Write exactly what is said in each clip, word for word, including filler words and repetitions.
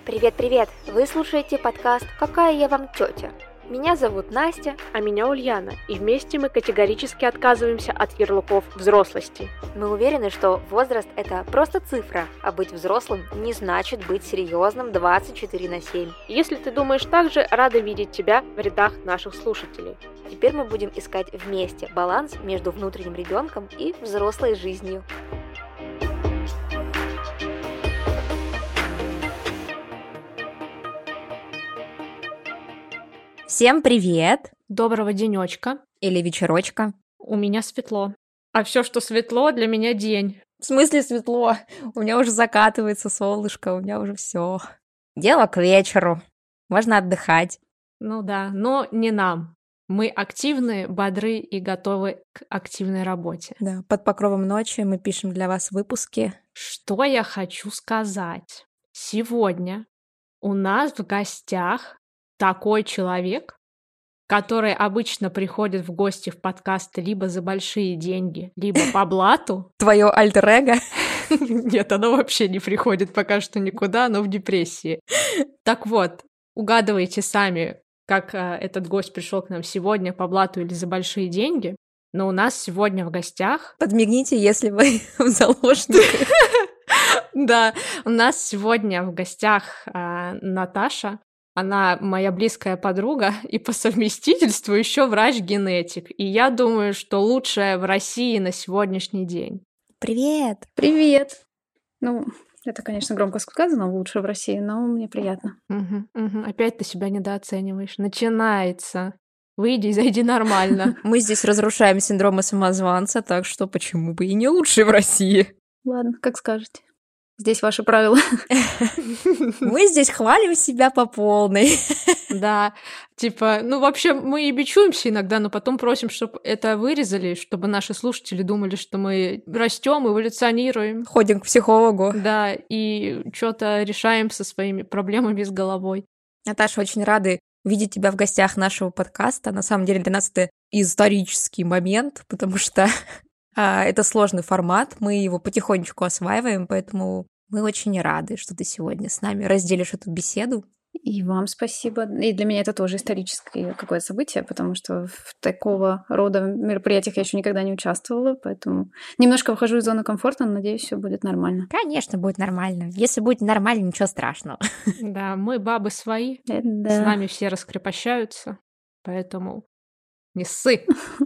Привет-привет! Вы слушаете подкаст «Какая я вам тетя?». Меня зовут Настя. А меня Ульяна, и вместе мы категорически отказываемся от ярлыков взрослости. Мы уверены, что возраст – это просто цифра, а быть взрослым не значит быть серьезным двадцать четыре на семь. Если ты думаешь так же, рада видеть тебя в рядах наших слушателей. Теперь мы будем искать вместе баланс между внутренним ребенком и взрослой жизнью. Всем привет! Доброго денечка. Или вечерочка. У меня светло. А все, что светло, для меня день. В смысле светло? У меня уже закатывается солнышко, у меня уже все. Дело к вечеру. Можно отдыхать. Ну да, но не нам. Мы активны, бодры и готовы к активной работе. Да, под покровом ночи мы пишем для вас выпуски. Что я хочу сказать? Сегодня у нас в гостях такой человек, который обычно приходит в гости в подкасты либо за большие деньги, либо по блату. Твое альтер-эго? Нет, оно вообще не приходит пока что никуда, оно в депрессии. Так вот, угадывайте сами, как э, этот гость пришел к нам сегодня по блату или за большие деньги. Но у нас сегодня в гостях... Подмигните, если вы в заложниках. Да, у нас сегодня в гостях Наташа. Она моя близкая подруга и по совместительству еще врач-генетик. И я думаю, что лучшая в России на сегодняшний день. Привет! Привет! Ну, это, конечно, громко сказано, лучше в России, но мне приятно. Угу, угу. Опять ты себя недооцениваешь. Начинается. Выйди и зайди нормально. Мы здесь разрушаем синдром самозванца, так что почему бы и не лучший в России? Ладно, как скажете. Здесь ваши правила. Мы здесь хвалим себя по полной. Да, типа, ну вообще мы и бичуемся иногда, но потом просим, чтобы это вырезали, чтобы наши слушатели думали, что мы растем, эволюционируем. Ходим к психологу. Да, и что-то решаем со своими проблемами с головой. Наташа, очень рады видеть тебя в гостях нашего подкаста. На самом деле для нас это исторический момент, потому что это сложный формат, мы его потихонечку осваиваем, поэтому мы очень рады, что ты сегодня с нами разделишь эту беседу. И вам спасибо. И для меня это тоже историческое какое-то событие, потому что в такого рода мероприятиях я еще никогда не участвовала, поэтому немножко выхожу из зоны комфорта, но надеюсь, все будет нормально. Конечно, будет нормально. Если будет нормально, ничего страшного. Да, мы бабы свои, да. С нами все раскрепощаются, поэтому не ссы.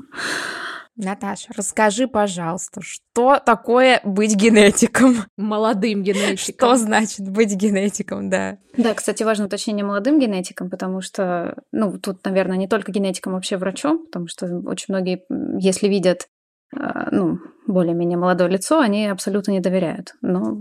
Наташа, расскажи, пожалуйста, что такое быть генетиком? Молодым генетиком. Что значит быть генетиком, да? Да, кстати, важно уточнение молодым генетиком, потому что, ну, тут, наверное, не только генетиком, вообще врачом, потому что очень многие, если видят, ну, более-менее молодое лицо, они абсолютно не доверяют. Но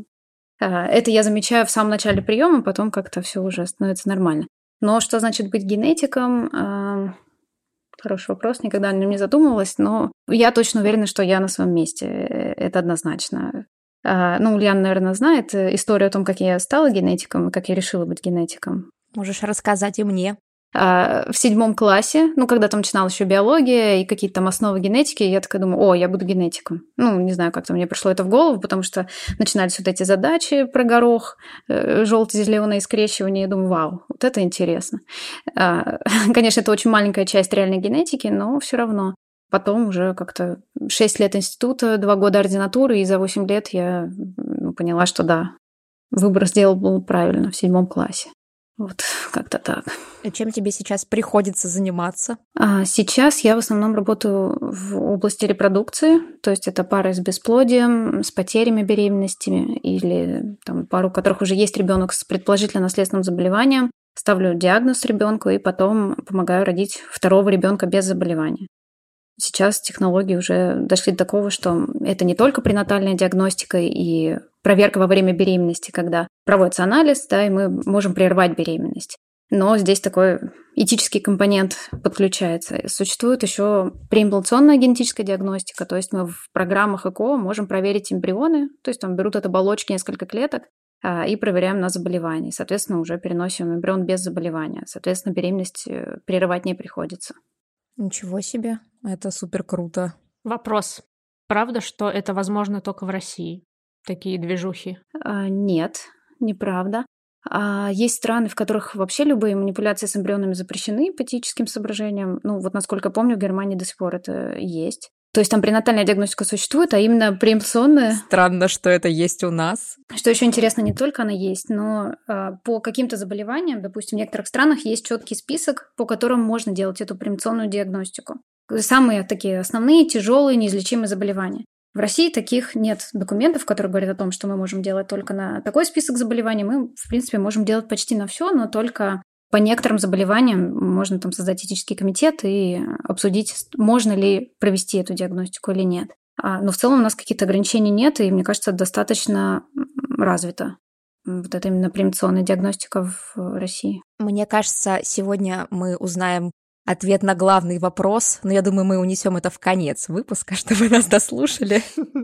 это я замечаю в самом начале приема, потом как-то все уже становится нормально. Но что значит быть генетиком? Хороший вопрос, никогда о нем не задумывалась, но я точно уверена, что я на своем месте, это однозначно. Ну, Ульяна, наверное, знает историю о том, как я стала генетиком и как я решила быть генетиком. Можешь рассказать и мне. В седьмом классе, ну, когда там начинала еще биология и какие-то там основы генетики, я такая думаю, о, я буду генетиком. Ну, не знаю, как-то мне пришло это в голову, потому что начинались вот эти задачи про горох, желто-зеленое скрещивание, я думаю, вау, вот это интересно. Конечно, это очень маленькая часть реальной генетики, но все равно. Потом уже как-то шесть лет института, два года ординатуры, и за восемь лет я поняла, что да, выбор сделал был правильно в седьмом классе. Вот как-то так. А чем тебе сейчас приходится заниматься? А сейчас я в основном работаю в области репродукции, то есть это пары с бесплодием, с потерями беременностями или там, пару, у которых уже есть ребенок с предположительно наследственным заболеванием. Ставлю диагноз ребенку и потом помогаю родить второго ребенка без заболевания. Сейчас технологии уже дошли до такого, что это не только пренатальная диагностика и проверка во время беременности, когда проводится анализ, да, и мы можем прервать беременность. Но здесь такой этический компонент подключается. Существует еще преимплантационная генетическая диагностика, то есть мы в программах ЭКО можем проверить эмбрионы, то есть там берут от оболочки несколько клеток и проверяем на заболевание. Соответственно, уже переносим эмбрион без заболевания. Соответственно, беременность прерывать не приходится. Ничего себе, это супер круто. Вопрос. Правда, что это возможно только в России? Такие движухи? А, нет, неправда. А есть страны, в которых вообще любые манипуляции с эмбрионами запрещены по этическим соображениям. Ну, вот насколько я помню, в Германии до сих пор это есть. То есть там пренатальная диагностика существует, а именно преэмбрионная. Странно, что это есть у нас. Что еще интересно, не только она есть, но э, по каким-то заболеваниям, допустим, в некоторых странах есть четкий список, по которым можно делать эту преэмбрионную диагностику. Самые такие основные, тяжелые, неизлечимые заболевания. В России таких нет документов, которые говорят о том, что мы можем делать только на такой список заболеваний. Мы, в принципе, можем делать почти на все, но только по некоторым заболеваниям можно там создать этический комитет и обсудить, можно ли провести эту диагностику или нет. А, но в целом у нас каких-то ограничений нет, и, мне кажется, достаточно развита вот эта именно преэмбрионная диагностика в России. Мне кажется, сегодня мы узнаем ответ на главный вопрос, но я думаю, мы унесем это в конец выпуска, чтобы нас дослушали.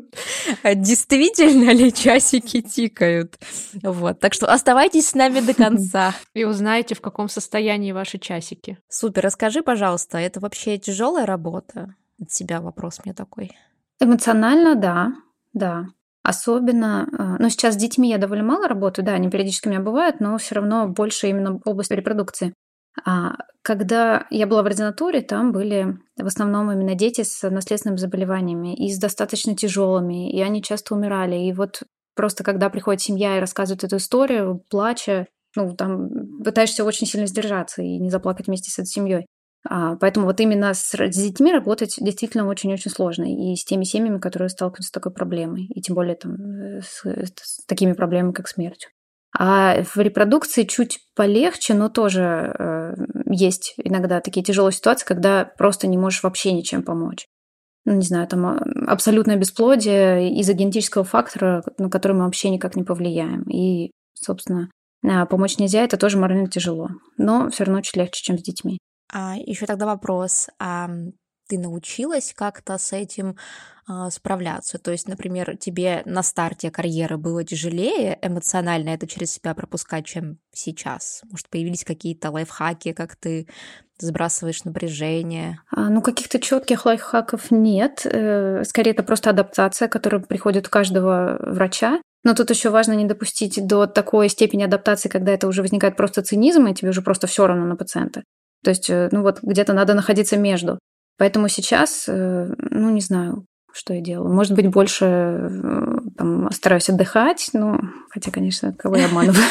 Действительно ли часики тикают? Вот, так что оставайтесь с нами до конца. И узнаете, в каком состоянии ваши часики. Супер, расскажи, пожалуйста, это вообще тяжелая работа? От тебя вопрос мне такой. Эмоционально, да, да. Особенно, ну, сейчас с детьми я довольно мало работаю, да, они периодически у меня бывают, но все равно больше именно область репродукции. А когда я была в ординатуре, там были в основном именно дети с наследственными заболеваниями и с достаточно тяжелыми, и они часто умирали. И вот просто когда приходит семья и рассказывает эту историю, плача, ну, там пытаешься очень сильно сдержаться и не заплакать вместе с этой семьей. А, поэтому вот именно с, с детьми работать действительно очень-очень сложно. И с теми семьями, которые сталкиваются с такой проблемой. И тем более там, с, с такими проблемами, как смерть. А в репродукции чуть полегче, но тоже э, есть иногда такие тяжелые ситуации, когда просто не можешь вообще ничем помочь. Ну, не знаю, там абсолютное бесплодие из-за генетического фактора, на который мы вообще никак не повлияем. И, собственно, помочь нельзя, это тоже морально тяжело. Но все равно чуть легче, чем с детьми. А еще тогда вопрос. А ты научилась как-то с этим а, справляться? То есть, например, тебе на старте карьеры было тяжелее эмоционально это через себя пропускать, чем сейчас? Может, появились какие-то лайфхаки, как ты сбрасываешь напряжение? А, ну, каких-то четких лайфхаков нет. Скорее, это просто адаптация, которая приходит у каждого врача. Но тут еще важно не допустить до такой степени адаптации, когда это уже возникает просто цинизм, и тебе уже просто все равно на пациента. То есть, ну вот где-то надо находиться между. Поэтому сейчас, ну, не знаю, что я делаю. Может быть, больше там, стараюсь отдыхать, ну, хотя, конечно, кого я обманываю.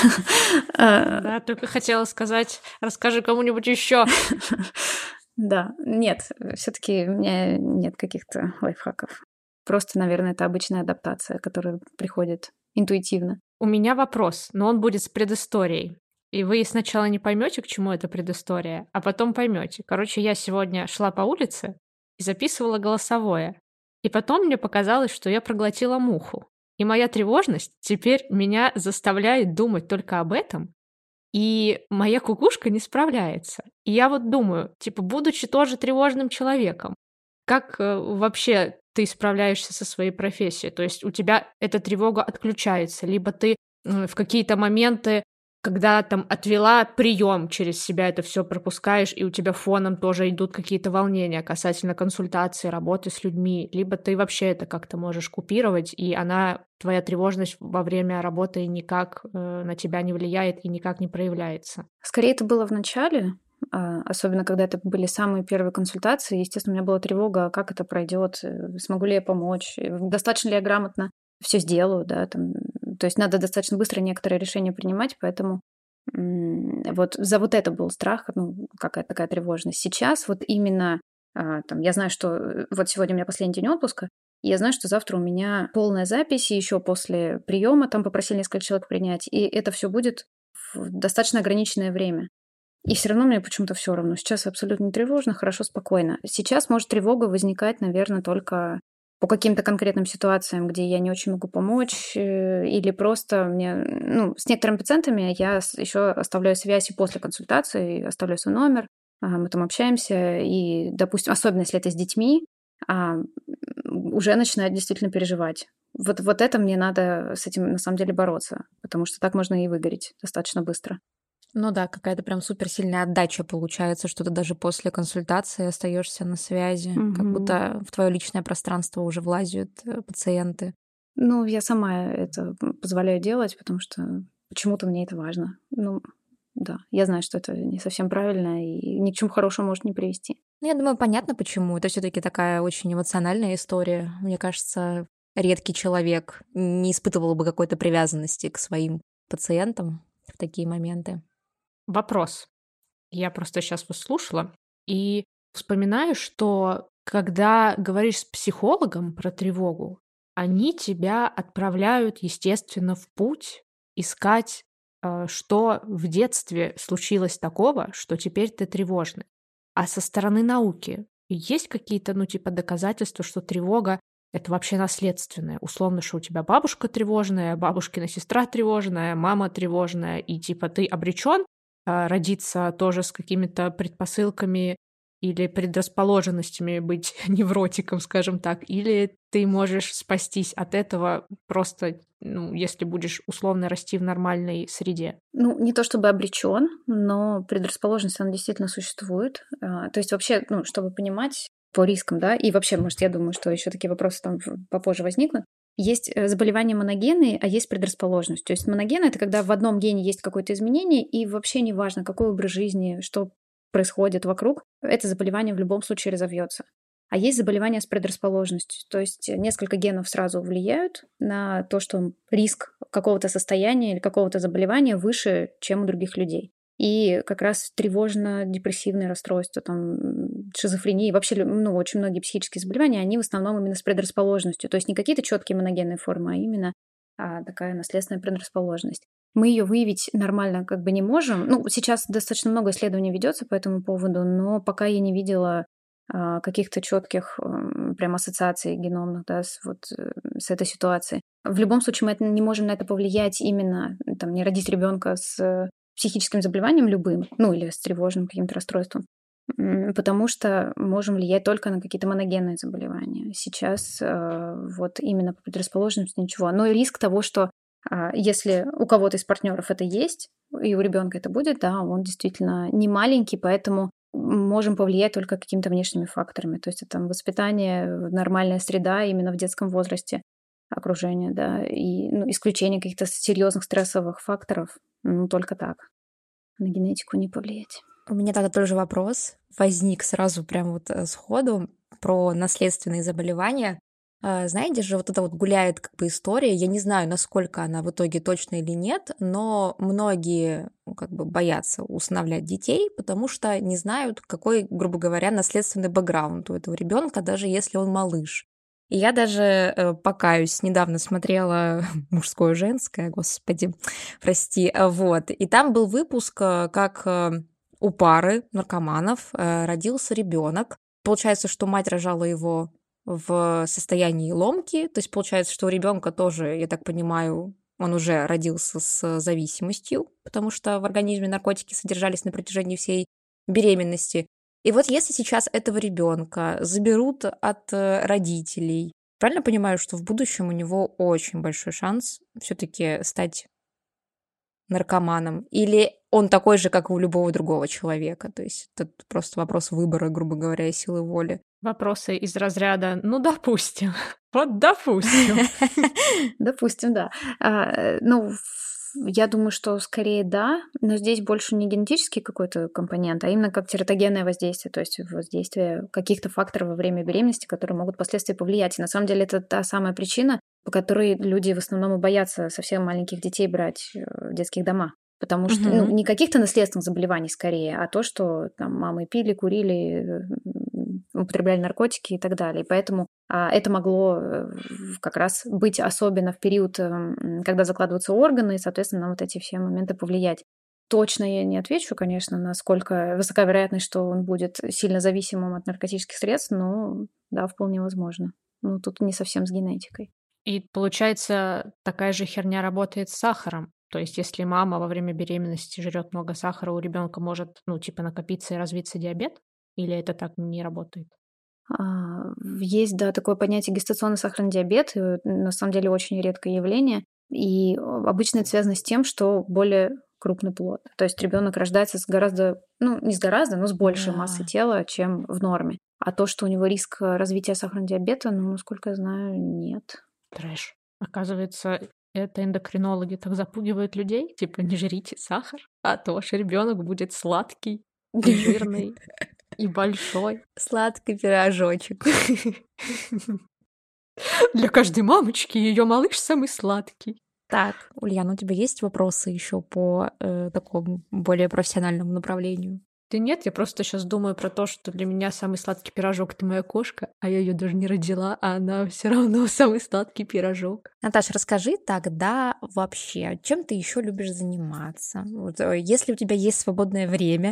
Да, только хотела сказать, расскажи кому-нибудь еще. Да, нет, все-таки у меня нет каких-то лайфхаков. Просто, наверное, это обычная адаптация, которая приходит интуитивно. У меня вопрос, но он будет с предысторией. И вы сначала не поймете, к чему эта предыстория, а потом поймете. Короче, я сегодня шла по улице и записывала голосовое. И потом мне показалось, что я проглотила муху. И моя тревожность теперь меня заставляет думать только об этом. И моя кукушка не справляется. И я вот думаю, типа, будучи тоже тревожным человеком, как э, вообще ты справляешься со своей профессией? То есть у тебя эта тревога отключается, либо ты э, в какие-то моменты, когда там отвела прием через себя, это все пропускаешь, и у тебя фоном тоже идут какие-то волнения касательно консультации, работы с людьми, либо ты вообще это как-то можешь купировать, и она, твоя тревожность во время работы никак э, на тебя не влияет и никак не проявляется. Скорее, это было в начале, особенно когда это были самые первые консультации. Естественно, у меня была тревога, как это пройдет, смогу ли я помочь, достаточно ли я грамотно все сделаю, да, там, то есть надо достаточно быстро некоторые решения принимать, поэтому вот за вот это был страх, ну, какая-то такая тревожность. Сейчас вот именно, там, я знаю, что вот сегодня у меня последний день отпуска, и я знаю, что завтра у меня полная запись, и еще после приема там попросили несколько человек принять, и это все будет в достаточно ограниченное время. И все равно мне почему-то все равно. Сейчас абсолютно не тревожно, хорошо, спокойно. Сейчас может тревога возникать, наверное, только по каким-то конкретным ситуациям, где я не очень могу помочь, или просто мне, ну, с некоторыми пациентами я еще оставляю связь и после консультации, оставляю свой номер, мы там общаемся, и, допустим, особенно если это с детьми, уже начинают действительно переживать. Вот, вот это мне надо с этим на самом деле бороться, потому что так можно и выгореть достаточно быстро. Ну да, какая-то прям суперсильная отдача получается, что ты даже после консультации остаешься на связи, угу. Как будто в твое личное пространство уже влазят пациенты. Ну, я сама это позволяю делать, потому что почему-то мне это важно. ну, да, я знаю, что это не совсем правильно и ни к чему хорошему может не привести. Ну, я думаю, понятно почему. Это все-таки такая очень эмоциональная история. Мне кажется, редкий человек не испытывал бы какой-то привязанности к своим пациентам в такие моменты. Вопрос. Я просто сейчас вас слушала и вспоминаю, что когда говоришь с психологом про тревогу, они тебя отправляют, естественно, в путь искать, э, что в детстве случилось такого, что теперь ты тревожный. А со стороны науки есть какие-то, ну, типа, доказательства, что тревога это вообще наследственное? Условно, что у тебя бабушка тревожная, бабушкина сестра тревожная, мама тревожная, и типа ты обречен родиться тоже с какими-то предпосылками или предрасположенностями быть невротиком, скажем так, или ты можешь спастись от этого просто, ну, если будешь условно расти в нормальной среде? Ну, не то чтобы обречен, но предрасположенность, она действительно существует. А, то есть вообще, ну, чтобы понимать по рискам, да, и вообще, может, я думаю, что еще такие вопросы там попозже возникнут. Есть заболевания моногенные, а есть предрасположенность. То есть моногены — это когда в одном гене есть какое-то изменение, и вообще не важно, какой образ жизни, что происходит вокруг, это заболевание в любом случае разовьется. А есть заболевания с предрасположенностью. То есть несколько генов сразу влияют на то, что риск какого-то состояния или какого-то заболевания выше, чем у других людей. И как раз тревожно-депрессивные расстройства, там, шизофрения, вообще, ну, очень многие психические заболевания, они в основном именно с предрасположенностью. То есть не какие-то четкие моногенные формы, а именно а, такая наследственная предрасположенность. Мы ее выявить нормально как бы не можем. Ну, сейчас достаточно много исследований ведется по этому поводу, но пока я не видела а, каких-то четких а, прям ассоциаций геномных, да, с, вот, с этой ситуацией. В любом случае мы это, не можем на это повлиять именно, там, не родить ребенка с психическим заболеванием любым, ну или с тревожным каким-то расстройством, потому что можем влиять только на какие-то моногенные заболевания. Сейчас э, вот именно по предрасположенности ничего. Но риск того, что э, если у кого-то из партнеров это есть, и у ребенка это будет, да, он действительно не маленький, поэтому можем повлиять только какими-то внешними факторами. То есть это там воспитание, нормальная среда именно в детском возрасте, окружение, да, и ну, исключение каких-то серьезных стрессовых факторов, ну, только так. На генетику не повлиять. У меня тогда тоже вопрос возник сразу прям вот сходу про наследственные заболевания. Знаете же, вот это вот гуляет как бы история, я не знаю, насколько она в итоге точна или нет, но многие как бы боятся усыновлять детей, потому что не знают, какой, грубо говоря, наследственный бэкграунд у этого ребенка, даже если он малыш. И я даже, э, покаюсь, недавно смотрела «Мужское-женское», господи, прости, вот. И там был выпуск, как у пары наркоманов родился ребенок. Получается, что мать рожала его в состоянии ломки, то есть получается, что у ребенка тоже, я так понимаю, он уже родился с зависимостью, потому что в организме наркотики содержались на протяжении всей беременности. И вот если сейчас этого ребенка заберут от родителей, правильно понимаю, что в будущем у него очень большой шанс все-таки стать наркоманом? Или он такой же, как и у любого другого человека? То есть это просто вопрос выбора, грубо говоря, и силы воли. Вопросы из разряда «ну, допустим». Вот допустим. Допустим, да. Ну, я думаю, что скорее да, но здесь больше не генетический какой-то компонент, а именно как тератогенное воздействие, то есть воздействие каких-то факторов во время беременности, которые могут впоследствии повлиять. И на самом деле это та самая причина, по которой люди в основном и боятся совсем маленьких детей брать в детских домах. Потому что, ну, не каких-то наследственных заболеваний скорее, а то, что там мамы пили, курили, употребляли наркотики и так далее. И поэтому а, это могло как раз быть особенно в период, когда закладываются органы, и, соответственно, на вот эти все моменты повлиять. Точно я не отвечу, конечно, насколько высока вероятность, что он будет сильно зависимым от наркотических средств, но да, вполне возможно. Ну, тут не совсем с генетикой. И получается, такая же херня работает с сахаром. То есть, если мама во время беременности жрет много сахара, у ребенка может, ну, типа, накопиться и развиться диабет? Или это так не работает? Есть, да, такое понятие гестационный сахарный диабет, и на самом деле очень редкое явление. И обычно это связано с тем, что более крупный плод. То есть ребенок рождается с гораздо, ну, не с гораздо, но с большей Да. массой тела, чем в норме. А то, что у него риск развития сахарного диабета, ну, насколько я знаю, нет. Трэш. Оказывается, это эндокринологи так запугивают людей, типа не жрите сахар, а то ваш ребенок будет сладкий и жирный и большой. Сладкий пирожочек. Для каждой мамочки ее малыш самый сладкий. Так, Ульяна, у тебя есть вопросы еще по э, такому более профессиональному направлению? Да нет, я просто сейчас думаю про то, что для меня самый сладкий пирожок — это моя кошка, а я ее даже не родила, а она все равно самый сладкий пирожок. Наташа, расскажи тогда вообще, чем ты еще любишь заниматься? Вот, э, если у тебя есть свободное время,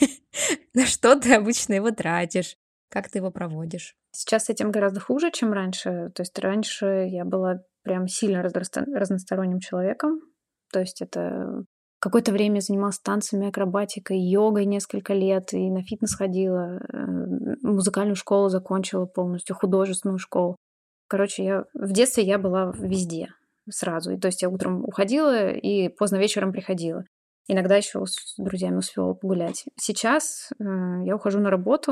на что ты обычно его тратишь? Как ты его проводишь? Сейчас с этим гораздо хуже, чем раньше. То есть раньше я была прям сильно разрасто- разносторонним человеком. То есть это какое-то время занималась танцами, акробатикой, йогой несколько лет, и на фитнес ходила, э, музыкальную школу закончила полностью, художественную школу. Короче, я в детстве я была везде сразу. И, то есть я утром уходила и поздно вечером приходила. Иногда еще с друзьями успевала погулять. Сейчас э, я ухожу на работу,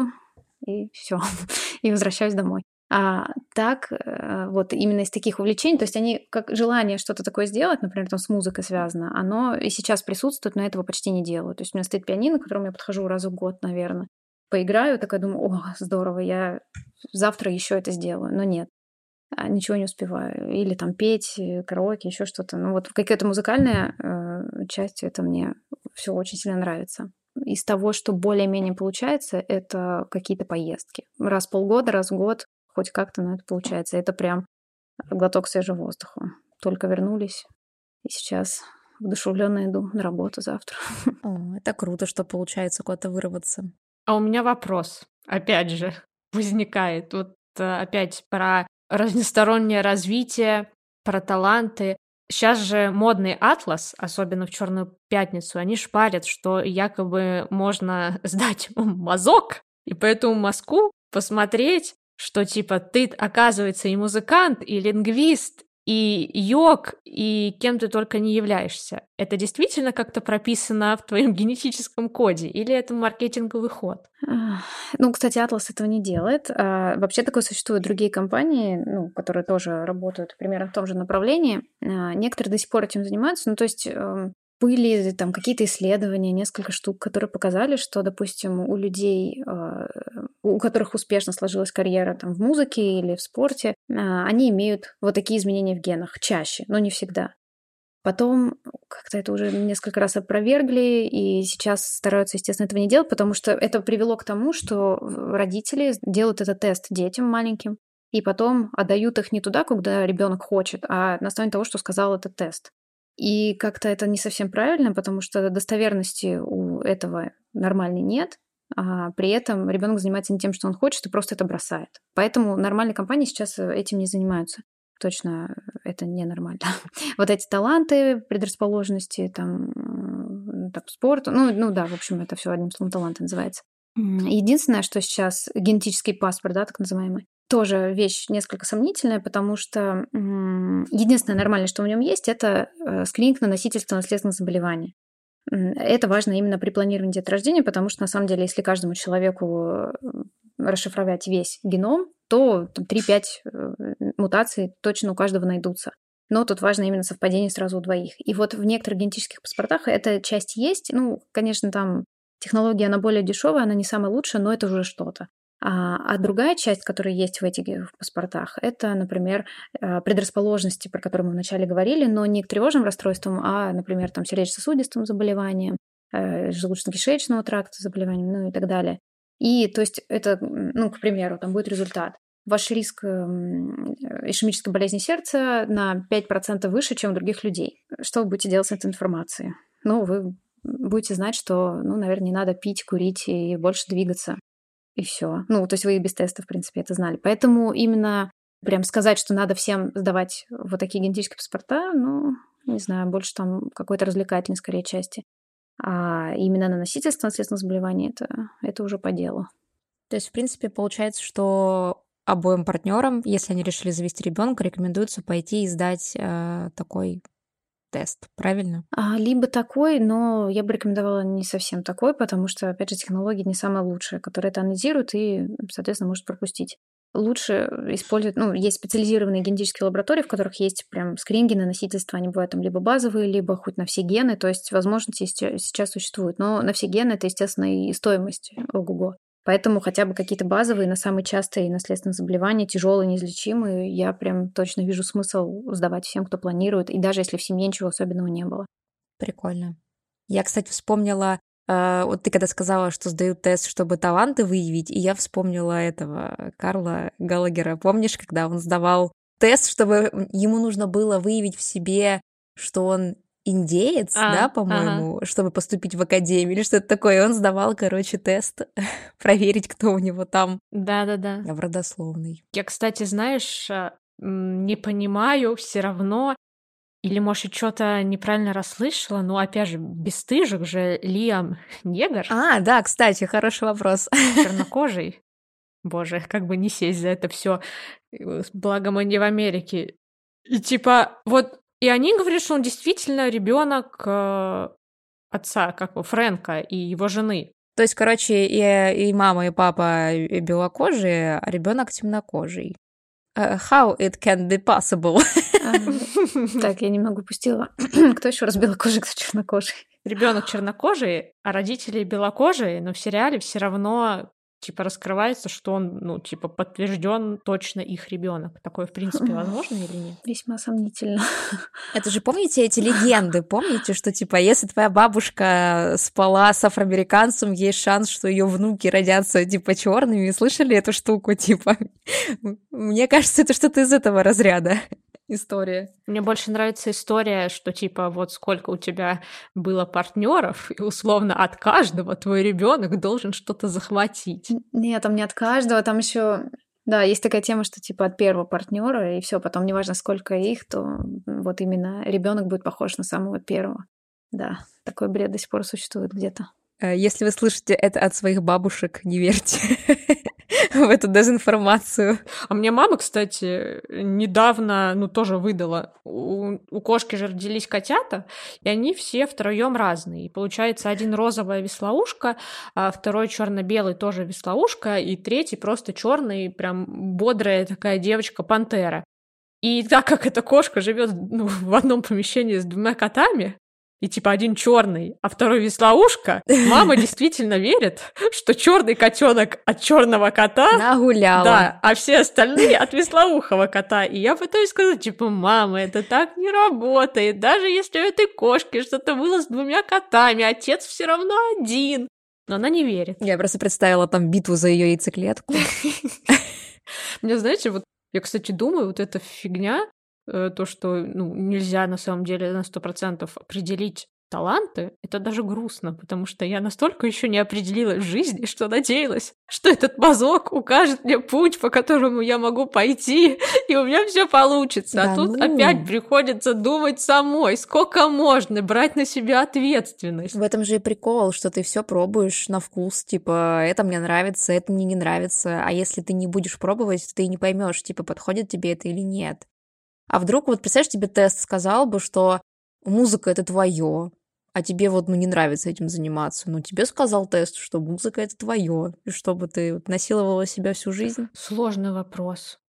и все, и возвращаюсь домой. А так, э, вот именно из таких увлечений, то есть они, как желание что-то такое сделать, например, там с музыкой связано, оно и сейчас присутствует, но этого почти не делаю. То есть у меня стоит пианино, к которому я подхожу раз в год, наверное. Поиграю, такая думаю, о, здорово, я завтра еще это сделаю, но нет. А ничего не успеваю. Или там петь, караоке, еще что-то. Ну вот какая-то музыкальная э, часть, это мне все очень сильно нравится. Из того, что более-менее получается, это какие-то поездки. Раз в полгода, раз в год, хоть как-то, но это получается. Это прям глоток свежего воздуха. Только вернулись, и сейчас вдушевленно иду на работу завтра. О, это круто, что получается куда-то вырваться. А у меня вопрос, опять же, возникает. Вот э, опять про разностороннее развитие, про таланты. Сейчас же модный атлас, особенно в Черную пятницу, они шпарят, что якобы можно сдать мазок, и по этому мазку посмотреть, что типа ты, оказывается, и музыкант, и лингвист, и йог, и кем ты только не являешься. Это действительно как-то прописано в твоем генетическом коде, или это маркетинговый ход? Ну, кстати, Atlas этого не делает. А, вообще такое существуют другие компании, ну, которые тоже работают примерно в том же направлении. А, некоторые до сих пор этим занимаются. Ну, то есть э, были там какие-то исследования, несколько штук, которые показали, что, допустим, у людей, э, у которых успешно сложилась карьера там в музыке или в спорте, э, они имеют вот такие изменения в генах чаще, но не всегда. Потом как-то это уже несколько раз опровергли, и сейчас стараются, естественно, этого не делать, потому что это привело к тому, что родители делают этот тест детям маленьким, и потом отдают их не туда, куда ребенок хочет, а на основании того, что сказал этот тест. И как-то это не совсем правильно, потому что достоверности у этого нормальной нет, а при этом ребенок занимается не тем, что он хочет, и просто это бросает. Поэтому нормальные компании сейчас этим не занимаются. Точно это ненормально. Вот эти таланты, предрасположенности, там, там спорт, ну, ну да, в общем, это все одним словом таланты называется. Единственное, что сейчас генетический паспорт, да, так называемый, тоже вещь несколько сомнительная, потому что м- единственное нормальное, что в нем есть, это э, скрининг на носительство наследственных заболеваний. Это важно именно при планировании деторождения, потому что, на самом деле, если каждому человеку расшифровать весь геном, то три-пять мутаций точно у каждого найдутся. Но тут важно именно совпадение сразу у двоих. И вот в некоторых генетических паспортах эта часть есть. Ну, конечно, там технология, она более дешевая, она не самая лучшая, но это уже что-то. А, а другая часть, которая есть в этих паспортах, это, например, предрасположенности, про которые мы вначале говорили, но не к тревожным расстройствам, а, например, там, сердечно-сосудистым заболеваниям, желудочно-кишечного тракта заболеваниям, ну и так далее. И, то есть, это, ну, к примеру, там будет результат. Ваш риск ишемической болезни сердца на пять процентов выше, чем у других людей. Что вы будете делать с этой информацией? Ну, вы будете знать, что, ну, наверное, не надо пить, курить и больше двигаться. И все. Ну, то есть вы и без теста, в принципе, это знали. Поэтому именно прям сказать, что надо всем сдавать вот такие генетические паспорта, ну, не знаю, больше там какой-то развлекательной, скорее, части. А именно на носительство наследственных заболеваний это, это уже по делу. То есть, в принципе, получается, что обоим партнерам, если они решили завести ребенка, рекомендуется пойти и сдать э, такой тест, правильно? А, либо такой, но я бы рекомендовала не совсем такой, потому что, опять же, технология не самая лучшая, которая это анализирует и, соответственно, может пропустить. лучше использовать, ну, есть специализированные генетические лаборатории, в которых есть прям скрининги на носительство, они бывают там либо базовые, либо хоть на все гены, то есть возможности сейчас существуют, но на все гены это, естественно, и стоимость ого-го. Поэтому хотя бы какие-то базовые, на самые частые наследственные заболевания, тяжелые, неизлечимые, я прям точно вижу смысл сдавать всем, кто планирует, и даже если в семье ничего особенного не было. Прикольно. Я, кстати, вспомнила, э, вот ты когда сказала, что сдают тест, чтобы таланты выявить, и я вспомнила этого Карла Галагера. Помнишь, когда он сдавал тест, чтобы ему нужно было выявить в себе, что он индеец, А, да, по-моему, чтобы поступить в академию или что-то такое. И он сдавал, короче, тест, проверить, кто у него там Да-да-да. в родословной. Я, кстати, знаешь, а, м, не понимаю все равно, или, может, что-то неправильно расслышала, но, опять же, бесстыжих же Лиам Негр, А, да, кстати, хороший вопрос. чернокожий. Боже, как бы не сесть за это все. Благо мы не в Америке. И типа, вот, и они говорят, что он действительно ребенок э, отца, как бы Фрэнка и его жены. То есть, короче, и, и мама, и папа белокожие, а ребенок темнокожий. Uh, how it can be possible? А, так, я немного упустила. Кто еще раз белокожий, кто чернокожий? Ребенок чернокожий, а родители белокожие, но в сериале все равно типа раскрывается, что он, ну, типа, подтвержден точно их ребенок. Такое, в принципе, возможно или нет? Весьма сомнительно. Это же, помните эти легенды? Помните, что, типа, если твоя бабушка спала с афроамериканцем, есть шанс, что ее внуки родятся, типа, черными? Слышали эту штуку, типа? Мне кажется, это что-то из этого разряда. История. Мне больше нравится история, что типа вот сколько у тебя было партнеров, и условно от каждого твой ребенок должен что-то захватить. Нет, там не от каждого, там еще, да, есть такая тема, что типа от первого партнера и все, потом неважно сколько их, то вот именно ребенок будет похож на самого первого. Да, такой бред до сих пор существует где-то. Если вы слышите это от своих бабушек, не верьте в эту дезинформацию. А мне мама, кстати, недавно, ну, тоже выдала. У, у кошки же родились котята, и они все втроем разные. И получается, один розовая веслоушка, а второй черно-белый тоже веслоушка, и третий просто черный, прям бодрая такая девочка-пантера. И так как эта кошка живет, ну, в одном помещении с двумя котами, и типа один черный, а второй веслоушка, мама действительно верит, что черный котенок от черного кота нагуляла. Да, а все остальные от веслоухого кота. И я пытаюсь сказать, типа, мама, это так не работает. Даже если у этой кошки что-то было с двумя котами, отец все равно один. Но она не верит. Я просто представила там битву за ее яйцеклетку. Мне, знаете, вот я, кстати, думаю, вот эта фигня, то, что ну, нельзя на самом деле на сто процентов определить таланты, это даже грустно, потому что я настолько еще не определилась в жизни, что надеялась, что этот мазок укажет мне путь, по которому я могу пойти, и у меня все получится. Да а тут ну. опять приходится думать самой, сколько можно брать на себя ответственность. В этом же и прикол, что ты все пробуешь на вкус, типа, это мне нравится, это мне не нравится, а если ты не будешь пробовать, то ты не поймешь, типа, подходит тебе это или нет. А вдруг, вот представляешь, тебе тест сказал бы, что музыка — это твое, а тебе вот, ну, не нравится этим заниматься. Ну, тебе сказал тест, что музыка — это твое, и чтобы ты вот насиловала себя всю жизнь. Сложный вопрос.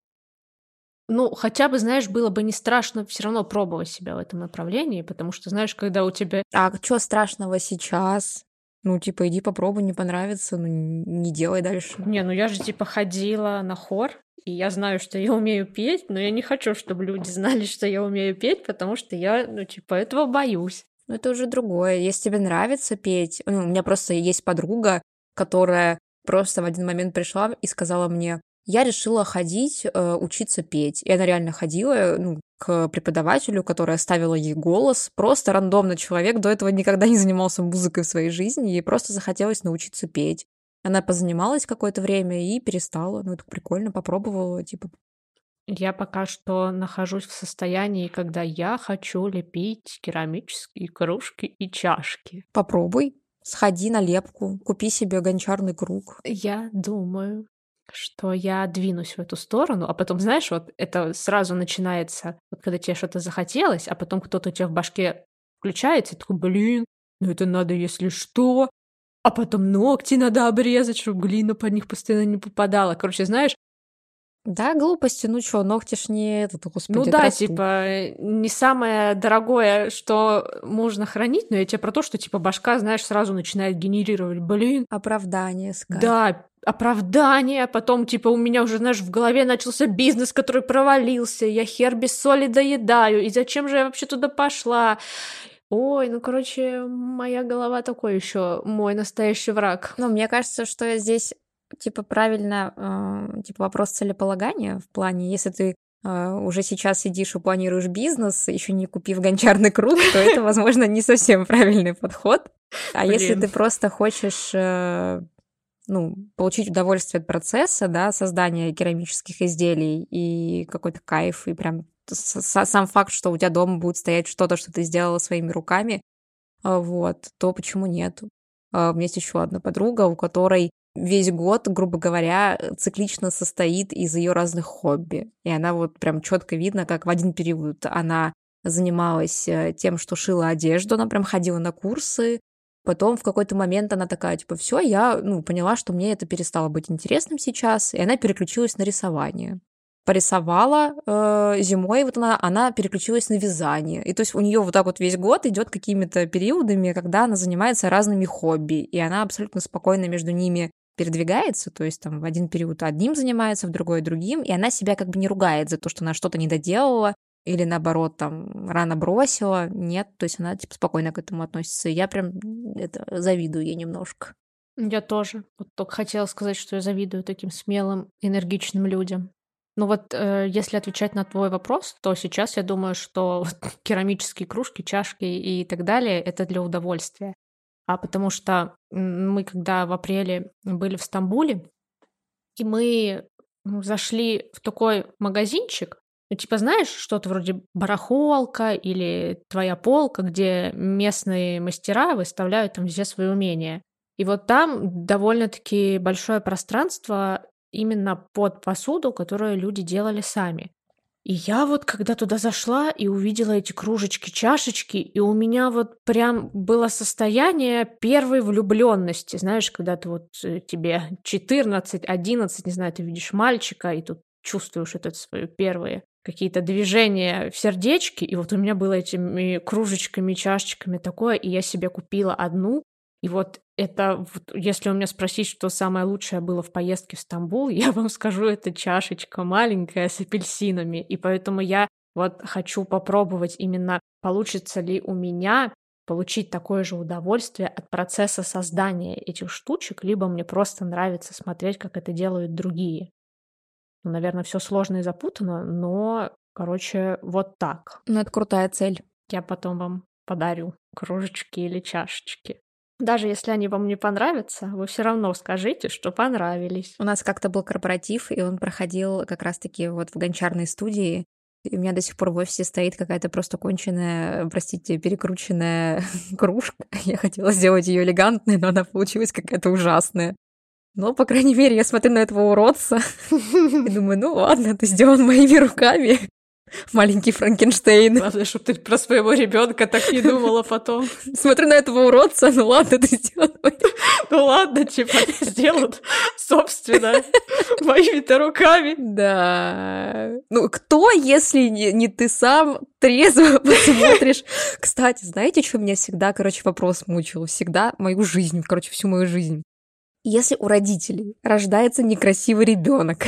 Ну, хотя бы, знаешь, было бы не страшно все равно пробовать себя в этом направлении, потому что, знаешь, когда у тебя... А что страшного сейчас? Ну, типа, иди попробуй, не понравится, ну, не делай дальше. Не, ну я же, типа, ходила на хор, и я знаю, что я умею петь, но я не хочу, чтобы люди знали, что я умею петь, потому что я, ну, типа, этого боюсь. Ну, это уже другое. Если тебе нравится петь... Ну, у меня просто есть подруга, которая просто в один момент пришла и сказала мне, я решила ходить, э, учиться петь. И она реально ходила, ну, к преподавателю, который оставила ей голос. Просто рандомно человек до этого никогда не занимался музыкой в своей жизни, ей просто захотелось научиться петь. Она позанималась какое-то время и перестала. Ну, это прикольно, попробовала, типа... Я пока что нахожусь в состоянии, когда я хочу лепить керамические кружки и чашки. Попробуй, сходи на лепку, купи себе гончарный круг. Я думаю, что я двинусь в эту сторону, а потом, знаешь, вот это сразу начинается, вот когда тебе что-то захотелось, а потом кто-то у тебя в башке включается, и такой, блин, ну это надо, если что, а потом ногти надо обрезать, чтобы глина под них постоянно не попадала. Короче, знаешь, Да, глупости, ну чё, ногти ж не этот, господи, Ну да, отрастут. типа, не самое дорогое, что можно хранить, но я тебе про то, что, типа, башка, знаешь, сразу начинает генерировать, блин, Оправдание искать. да, оправдание, потом, типа, у меня уже, знаешь, в голове начался бизнес, который провалился, я хер без соли доедаю, и зачем же я вообще туда пошла? Ой, ну, короче, моя голова такой еще мой настоящий враг. Ну, мне кажется, что здесь, типа, правильно, э, типа, вопрос целеполагания в плане, если ты э, уже сейчас сидишь и планируешь бизнес, еще не купив гончарный круг, то это, возможно, не совсем правильный подход. А если Блин. ты просто хочешь, э, ну, получить удовольствие от процесса, да, создания керамических изделий и какой-то кайф, и прям с- с- сам факт, что у тебя дома будет стоять что-то, что ты сделала своими руками, а, вот, то почему нет? А, У меня есть еще одна подруга, у которой весь год, грубо говоря, циклично состоит из ее разных хобби. И она вот прям четко видно, как в один период она занималась э, тем, что шила одежду, она прям ходила на курсы. Потом в какой-то момент она такая, типа, все, я, ну, поняла, что мне это перестало быть интересным сейчас, и она переключилась на рисование. Порисовала э, зимой, вот она, она переключилась на вязание. И то есть у нее вот так вот весь год идет какими-то периодами, когда она занимается разными хобби, и она абсолютно спокойно между ними передвигается, то есть там в один период одним занимается, в другой другим, и она себя как бы не ругает за то, что она что-то не доделала, или наоборот, там, рано бросила. Нет, то есть она, типа, спокойно к этому относится. И я прям это завидую ей немножко. Я тоже. Вот только хотела сказать, что я завидую таким смелым, энергичным людям. Ну вот, э, если отвечать на твой вопрос, то сейчас я думаю, что вот керамические кружки, чашки и так далее — это для удовольствия. А потому что м, мы, когда в апреле были в Стамбуле, и мы м, зашли в такой магазинчик, ну, типа, знаешь, что-то вроде барахолка или твоя полка, где местные мастера выставляют там все свои умения. И вот там довольно-таки большое пространство именно под посуду, которую люди делали сами. И я вот, когда туда зашла и увидела эти кружечки, чашечки, и у меня вот прям было состояние первой влюбленности. Знаешь, когда ты вот э, тебе четырнадцать, одиннадцать, не знаю, ты видишь мальчика, и тут чувствуешь это свои первые какие-то движения в сердечке, и вот у меня было этими кружечками, чашечками такое, и я себе купила одну, и вот это, вот, если у меня спросить, что самое лучшее было в поездке в Стамбул, я вам скажу, это чашечка маленькая с апельсинами. И поэтому я вот хочу попробовать именно, получится ли у меня получить такое же удовольствие от процесса создания этих штучек, либо мне просто нравится смотреть, как это делают другие. Ну, наверное, все сложно и запутано, но, короче, вот так. Ну, это крутая цель. Я потом вам подарю кружечки или чашечки. Даже если они вам не понравятся, вы все равно скажите, что понравились. У нас как-то был корпоратив, и он проходил как раз-таки вот в гончарной студии. И у меня до сих пор в офисе стоит какая-то просто конченая, простите, перекрученная кружка. Я хотела сделать ее элегантной, но она получилась какая-то ужасная. Но, по крайней мере, я смотрю на этого уродца и думаю, ну ладно, ты сделан моими руками. Маленький Франкенштейн. Главное, чтобы ты про своего ребенка так не думала потом. Смотрю на этого уродца, ну ладно, ты сделан моими. Ну ладно, типа, сделают собственно моими-то руками. Да. Ну, кто, если не, не ты сам, трезво посмотришь? Кстати, знаете, что меня всегда, короче, вопрос мучил? Всегда мою жизнь, короче, всю мою жизнь. Если у родителей рождается некрасивый ребенок,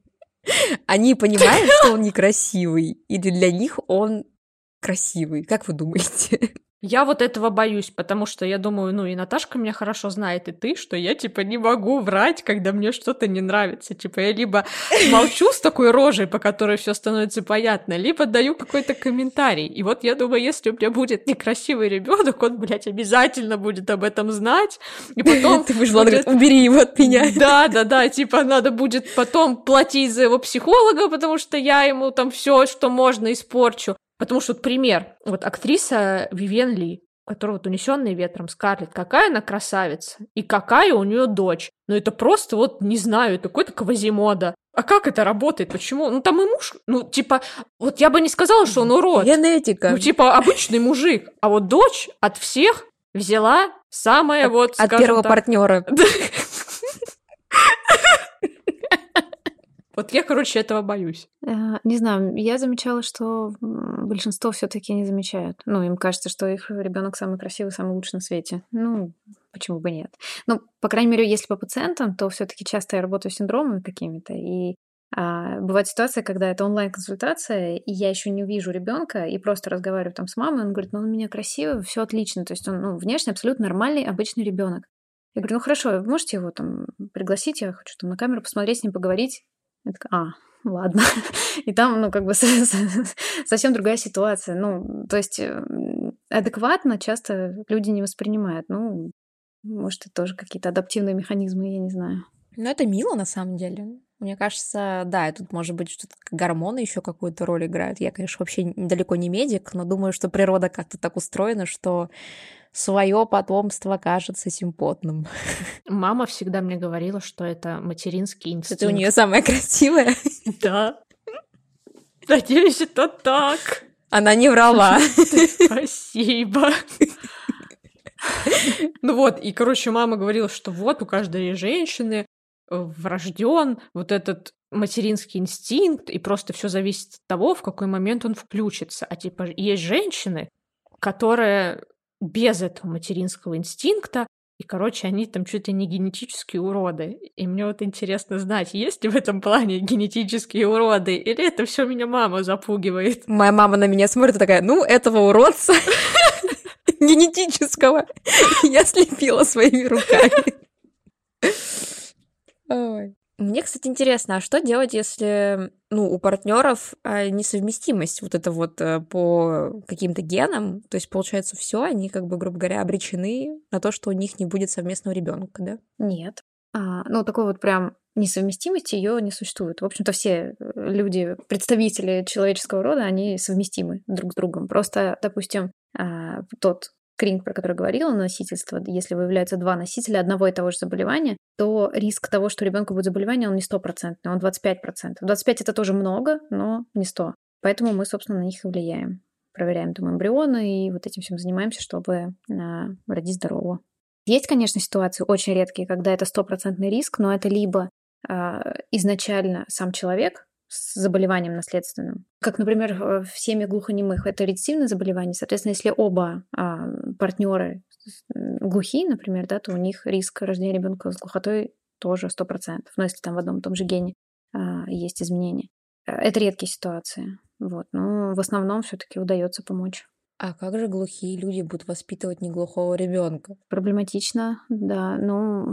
они понимают, что он некрасивый, или для них он красивый? Как вы думаете? Я вот этого боюсь, потому что я думаю, ну и Наташка меня хорошо знает, и ты, что я, типа, не могу врать, когда мне что-то не нравится. Типа, я либо молчу с такой рожей, по которой все становится понятно, либо даю какой-то комментарий. И вот я думаю, если у меня будет некрасивый ребенок, он, блядь, обязательно будет об этом знать. И потом... Ты вышла, она говорит, убери его от меня. Да, да, да, типа, надо будет потом платить за его психолога, потому что я ему там все, что можно, испорчу. Потому что, вот пример, вот актриса Вивьен Ли, которая вот «Унесённая ветром», Скарлетт, какая она красавица, и какая у нее дочь. Ну это просто вот, не знаю, это какой-то Квазимода. А как это работает? Почему? Ну там и муж, ну типа, вот я бы не сказала, что он урод. Генетика. Ну типа обычный мужик. А вот дочь от всех взяла самое от, вот, от первого так... партнера. Вот я, короче, этого боюсь. Э, Не знаю, я замечала, что м, большинство все-таки не замечают. Ну, им кажется, что их ребенок самый красивый, самый лучший на свете. Ну, почему бы нет? Ну, по крайней мере, если по пациентам, то все-таки часто я работаю с синдромами какими-то, и а, бывает ситуация, когда это онлайн-консультация, и я еще не увижу ребенка, и просто разговариваю там с мамой, он говорит, ну, он у меня красивый, все отлично, то есть он ну, внешне абсолютно нормальный, обычный ребенок. Я говорю, ну хорошо, вы можете его там пригласить, я хочу там на камеру посмотреть, с ним поговорить. Я такая, а, ладно. И там, ну, как бы совсем другая ситуация. Ну, то есть э, адекватно часто люди не воспринимают. Ну, может, это тоже какие-то адаптивные механизмы, я не знаю. Ну, это мило, на самом деле. Мне кажется, да, и тут, может быть, что-то гормоны еще какую-то роль играют. Я, конечно, вообще далеко не медик, но думаю, что природа как-то так устроена, что свое потомство кажется симпотным. Мама всегда мне говорила, что это материнский инстинкт. Это у нее самая красивая. Да. Надеюсь, это так. Она не врала. Спасибо. Ну вот, и, короче, мама говорила, что вот у каждой женщины врожден вот этот материнский инстинкт, и просто все зависит от того, в какой момент он включится. А типа есть женщины, которые без этого материнского инстинкта, и, короче, они там чуть ли не генетические уроды. И мне вот интересно знать, есть ли в этом плане генетические уроды, или это все меня мама запугивает? Моя мама на меня смотрит и такая, ну, этого уродца генетического я слепила своими руками. Ой. Мне, кстати, интересно, а что делать, если, ну, у партнеров несовместимость вот это вот по каким-то генам, то есть, получается, все, они, как бы, грубо говоря, обречены на то, что у них не будет совместного ребенка, да? Нет. А, ну, такой вот прям несовместимости ее не существует. В общем-то, все люди, представители человеческого рода, они совместимы друг с другом. Просто, допустим, а, тот Кринг, про который говорила, носительство, если выявляются два носителя одного и того же заболевания, то риск того, что у ребенка будет заболевание, он не стопроцентный, он двадцать пять процентов. двадцать пять процентов это тоже много, но не сто. Поэтому мы, собственно, на них и влияем. Проверяем там эмбрионы и вот этим всем занимаемся, чтобы а, родить здорового. Есть, конечно, ситуации очень редкие, когда это стопроцентный риск, но это либо а, изначально сам человек с заболеванием наследственным. Как, например, в семье глухонемых это рецидивное заболевание. Соответственно, если оба а, партнеры глухие, например, да, то у них риск рождения ребенка с глухотой тоже сто процентов. Но если там в одном и том же гене а, есть изменения. Это редкие ситуации. Вот. Но в основном все-таки удается помочь. А как же глухие люди будут воспитывать неглухого ребенка? Проблематично, да. Ну,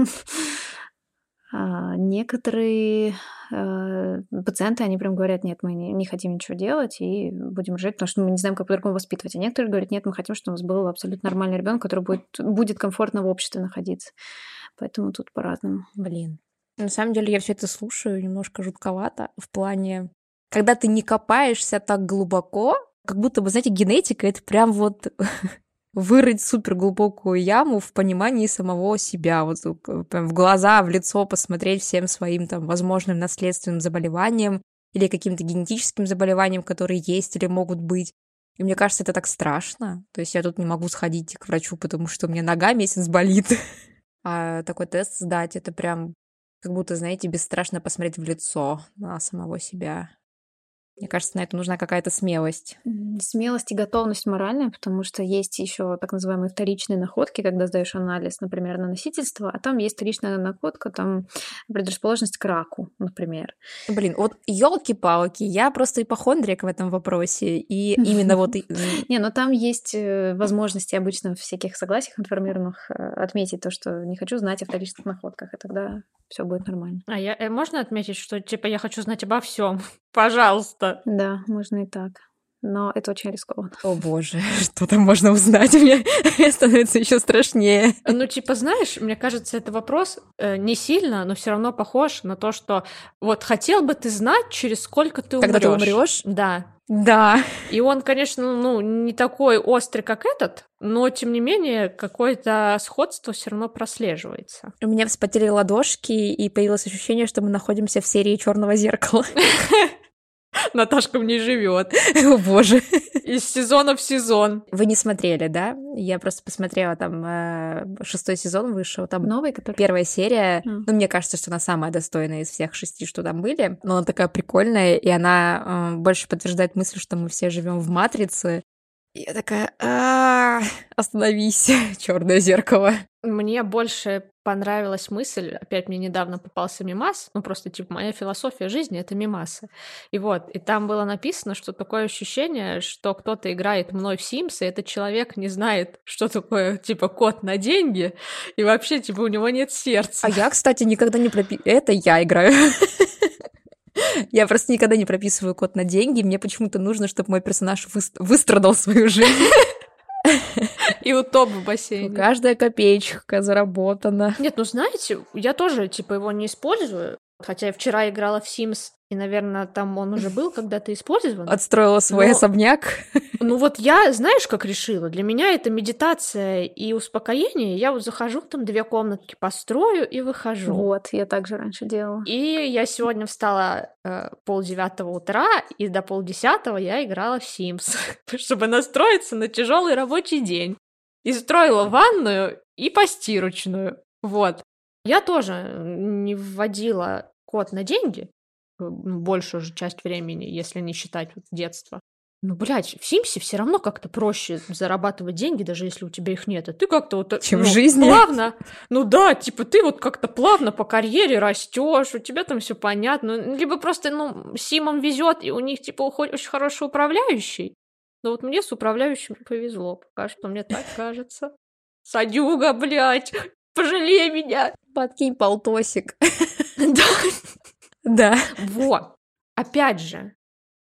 некоторые пациенты, они прям говорят, нет, мы не хотим ничего делать и будем жить, потому что мы не знаем, как по-другому воспитывать. А некоторые говорят, нет, мы хотим, чтобы у нас был абсолютно нормальный ребенок, который будет, будет комфортно в обществе находиться. Поэтому тут по-разному. Блин. На самом деле я все это слушаю немножко жутковато в плане, когда ты не копаешься так глубоко, как будто бы, знаете, генетика — это прям вот вырыть суперглубокую яму в понимании самого себя, вот прям в глаза, в лицо посмотреть всем своим там возможным наследственным заболеваниям или каким-то генетическим заболеваниям, которые есть или могут быть. И мне кажется, это так страшно. То есть я тут не могу сходить к врачу, потому что у меня нога месяц болит. А такой тест сдать — это прям как будто, знаете, бесстрашно посмотреть в лицо на самого себя. Мне кажется, на это нужна какая-то смелость. Смелость и готовность моральная, потому что есть еще так называемые вторичные находки, когда сдаешь анализ, например, на носительство, а там есть вторичная находка, там предрасположенность к раку, например. Блин, вот елки-палки, я просто ипохондрик в этом вопросе, и именно вот... Не, но там есть возможности обычно в всяких согласиях информированных отметить то, что не хочу знать о вторичных находках, и тогда все будет нормально. А я, можно отметить, что типа я хочу знать обо всем? Пожалуйста. Да, можно и так. Но это очень рискованно. О боже, что там можно узнать? Мне становится еще страшнее. Ну, типа, знаешь, мне кажется, это вопрос э, не сильно, но все равно похож на то, что вот хотел бы ты знать, через сколько ты умрешь. Когда ты умрешь? Да. Да. И он, конечно, ну, не такой острый, как этот, но, тем не менее, какое-то сходство все равно прослеживается. У меня вспотели ладошки, и появилось ощущение, что мы находимся в серии «Черного зеркала». Наташка в ней живет. О, боже. Из сезона в сезон. Вы не смотрели, да? Я просто посмотрела, там э, шестой сезон вышел, там Новый, который... первая серия. Mm. Ну, мне кажется, что она самая достойная из всех шести, что там были. Но она такая прикольная, и она э, больше подтверждает мысль, что мы все живем в матрице. И я такая, «А, остановись, черное зеркало». Мне больше понравилась мысль, опять мне недавно попался мемас, ну просто типа моя философия жизни — это мемасы. И вот, и там было написано, что такое ощущение, что кто-то играет мной в Sims, и этот человек не знает, что такое типа код на деньги, и вообще типа у него нет сердца. А я, кстати, никогда не пропи... Это я играю. Я просто никогда не прописываю код на деньги, мне почему-то нужно, чтобы мой персонаж вы... выстрадал свою жизнь. И утоп в бассейне. Каждая копеечка заработана. Нет, ну знаете, я тоже, типа, его не использую. Хотя я вчера играла в Sims, и, наверное, там он уже был когда-то использован. Отстроила свой Но... особняк. Ну вот я, знаешь, как решила? Для меня это медитация и успокоение. Я вот захожу, там две комнатки построю и выхожу. Вот, я так же раньше делала. И я сегодня встала э, полдевятого утра, и до полдесятого я играла в Sims, чтобы настроиться на тяжелый рабочий день. И строила ванную и постирочную. Вот. Я тоже не вводила код на деньги большую же часть времени, если не считать вот детство. Ну, блядь, в Симсе все равно как-то проще зарабатывать деньги, даже если у тебя их нет. А ты как-то вот чем ну, в жизни. Плавно. Ну да, типа ты вот как-то плавно по карьере растешь, у тебя там все понятно. Либо просто, ну, Симам везет, и у них типа очень хороший управляющий. Но вот мне с управляющим повезло. Пока что мне так кажется. Садюга, блядь, пожалей меня. Подкинь полтосик. Да. Да. Вот. Опять же,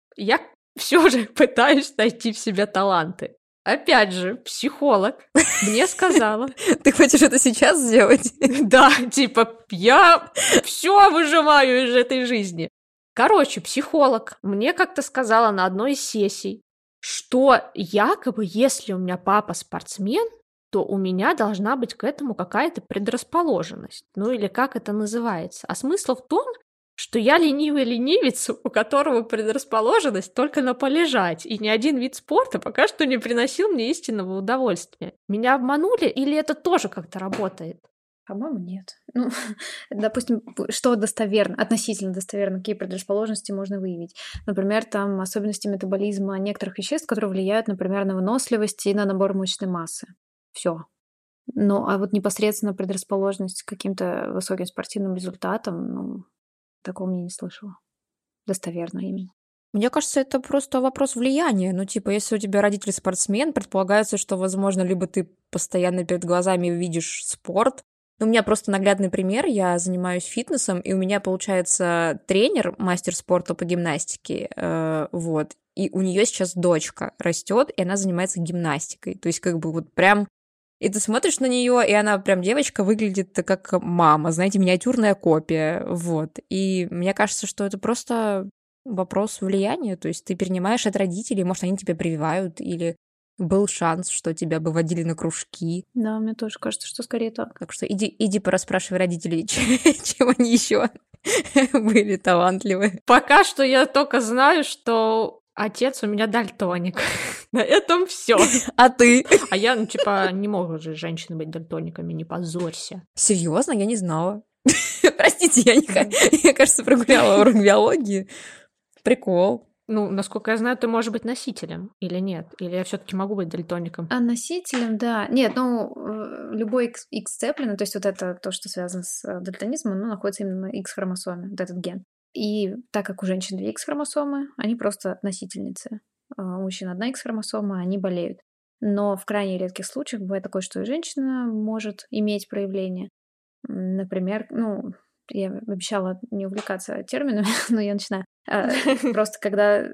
я все же пытаюсь найти в себе таланты. Опять же, психолог мне сказала. Ты хочешь это сейчас сделать? Да, типа, я все выжимаю из этой жизни. Короче, психолог мне как-то сказала на одной из сессий, что якобы, если у меня папа спортсмен, то у меня должна быть к этому какая-то предрасположенность. Ну или как это называется. А смысл в том, что я ленивый ленивец, у которого предрасположенность только на полежать, и ни один вид спорта пока что не приносил мне истинного удовольствия. Меня обманули или это тоже как-то работает? По-моему, нет. Ну, допустим, что достоверно, относительно достоверно, какие предрасположенности можно выявить. Например, там особенности метаболизма некоторых веществ, которые влияют, например, на выносливость и на набор мышечной массы. Все. Ну, а вот непосредственно предрасположенность к каким-то высоким спортивным результатам, ну, такого мне не слышала. Достоверно именно. Мне кажется, это просто вопрос влияния. Ну, типа, если у тебя родитель спортсмен, предполагается, что, возможно, либо ты постоянно перед глазами видишь спорт. У меня просто наглядный пример. Я занимаюсь фитнесом, и у меня, получается, тренер, мастер спорта по гимнастике, э, вот. И у нее сейчас дочка растет, и она занимается гимнастикой. То есть, как бы, вот прям... И ты смотришь на нее, и она прям девочка выглядит как мама, знаете, миниатюрная копия, вот. И мне кажется, что это просто вопрос влияния, то есть ты перенимаешь от родителей, может, они тебе прививают, или был шанс, что тебя бы водили на кружки. Да, мне тоже кажется, что скорее так. Так что иди, иди порасспрашивай родителей, чем они еще были талантливы. Пока что я только знаю, что отец у меня дальтоник. На этом все. А ты? А я, ну, типа, не могут же женщины быть дальтониками, не позорься. Серьезно? Я не знала. Простите, я не... Я, кажется, прогуляла урок биологии. Прикол. Ну, насколько я знаю, ты можешь быть носителем или нет? Или я все-таки могу быть дальтоником? А носителем, да. Нет, ну, любой X-цеплин, то есть вот это то, что связано с дальтонизмом, ну, находится именно на X-хромосоме, вот этот ген. И так как у женщин две X-хромосомы, они просто носительницы. У мужчин одна X-хромосома, они болеют. Но в крайне редких случаях бывает такое, что и женщина может иметь проявление. Например, ну, я обещала не увлекаться терминами, но я начинаю. Просто когда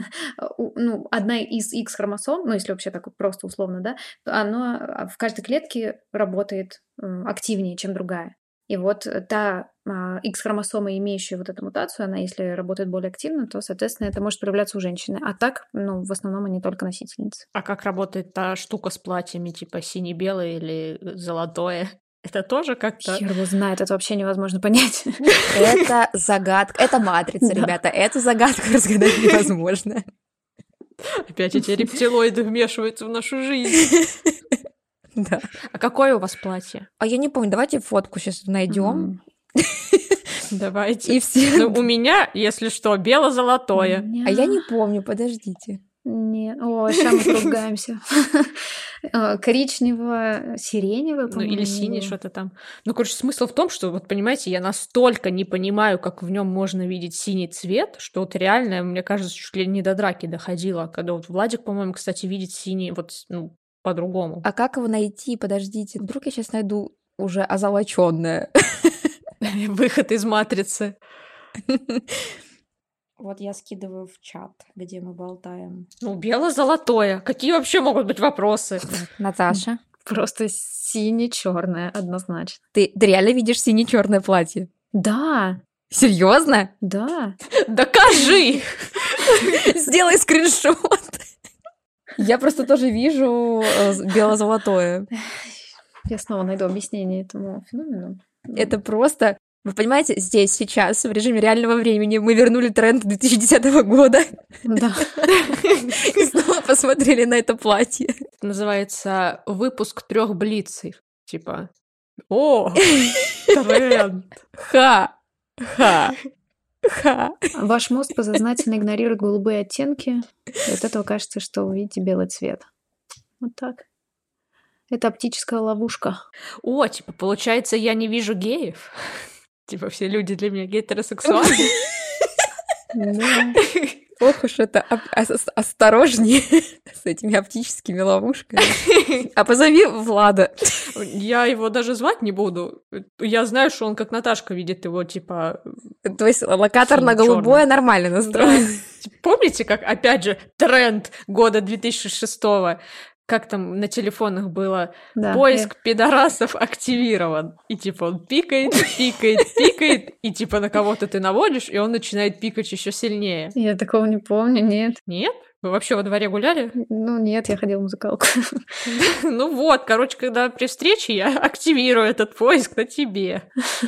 ну, одна из X-хромосом, ну, если вообще так просто условно, да, она в каждой клетке работает активнее, чем другая. И вот та X-хромосома, имеющая вот эту мутацию, она, если работает более активно, то, соответственно, это может проявляться у женщины. А так, ну, в основном они только носительницы. А как работает та штука с платьями, типа сине-белое или золотое? Это тоже как-то... Хер его знает, это вообще невозможно понять. Это загадка. Это матрица, ребята. Эту загадку разгадать невозможно. Опять эти рептилоиды вмешиваются в нашу жизнь. Да. А какое у вас платье? А я не помню, давайте фотку сейчас найдем. Давайте. И все. Ну, у меня, если что, бело-золотое. А я не помню, подождите. Нет. Ой, сейчас мы ругаемся. Коричнево-сиреневое, Ну, по-моему. или синий, что-то там. Ну, короче, смысл в том, что, вот понимаете, я настолько не понимаю, как в нем можно видеть синий цвет, что вот реально, мне кажется, чуть ли не до драки доходило. Когда вот Владик, по-моему, кстати, видит синий вот, ну, по-другому. А как его найти? Подождите. Вдруг я сейчас найду уже озолоченное. Выход из матрицы. Вот я скидываю в чат, где мы болтаем. Ну, бело-золотое. Какие вообще могут быть вопросы? Наташа, Просто сине-черное, однозначно. ты, ты реально видишь сине-черное платье? Да, Серьезно? да. Докажи! Сделай скриншот. Я просто тоже вижу э, бело-золотое. Я снова найду объяснение этому феномену. Это просто... Вы понимаете, здесь, сейчас, в режиме реального времени мы вернули тренд две тысячи десятого года Да. и снова посмотрели на это платье. Это называется выпуск трех блицев. Типа, о, тренд. Ха! Ха! Ха! Ваш мозг подсознательно игнорирует голубые оттенки, и от этого кажется, что вы видите белый цвет. Вот так. Это оптическая ловушка. О, типа, получается, я не вижу геев. Типа, все люди для меня гетеросексуальны. Да. Ох уж это оп- ос- осторожнее с этими оптическими ловушками. А позови Влада. Я его даже звать не буду. Я знаю, что он как Наташка видит его, типа... То есть локатор на Синий-чёрный. голубое нормально настроен. Помните, как, опять же, тренд года две тысячи шестого? Как там на телефонах было? Да. Поиск пидорасов активирован. И типа он пикает, пикает, пикает, и типа на кого-то ты наводишь, и он начинает пикать еще сильнее. Я, я такого не помню, нет. Нет? Вы вообще во дворе гуляли? Ну, нет, я ходила в музыкалку. Ну вот, короче, когда при встрече я активирую этот поиск на тебе.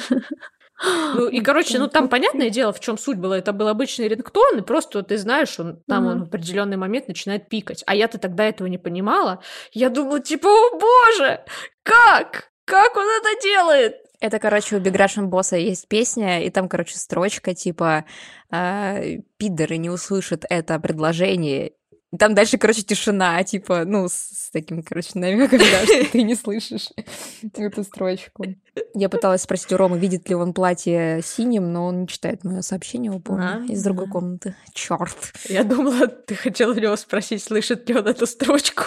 Ну и, короче, ну там понятное дело, в чем суть была. Это был обычный рингтон, и просто ты знаешь, он там он в определенный момент начинает пикать. А я-то тогда этого не понимала. Я думала, типа, о боже, как? Как он это делает? Это, короче, у Big Russian Boss есть песня, и там, короче, строчка типа э, «Пидоры не услышат это предложение». И там дальше, короче, тишина, типа, ну, с, с таким, короче, намеком, да, что ты не слышишь эту строчку. Я пыталась спросить у Ромы, видит ли он платье синим, но он не читает мое сообщение, упомню, А, из другой да. комнаты. Чёрт. Я думала, ты хотела у него спросить, слышит ли он эту строчку.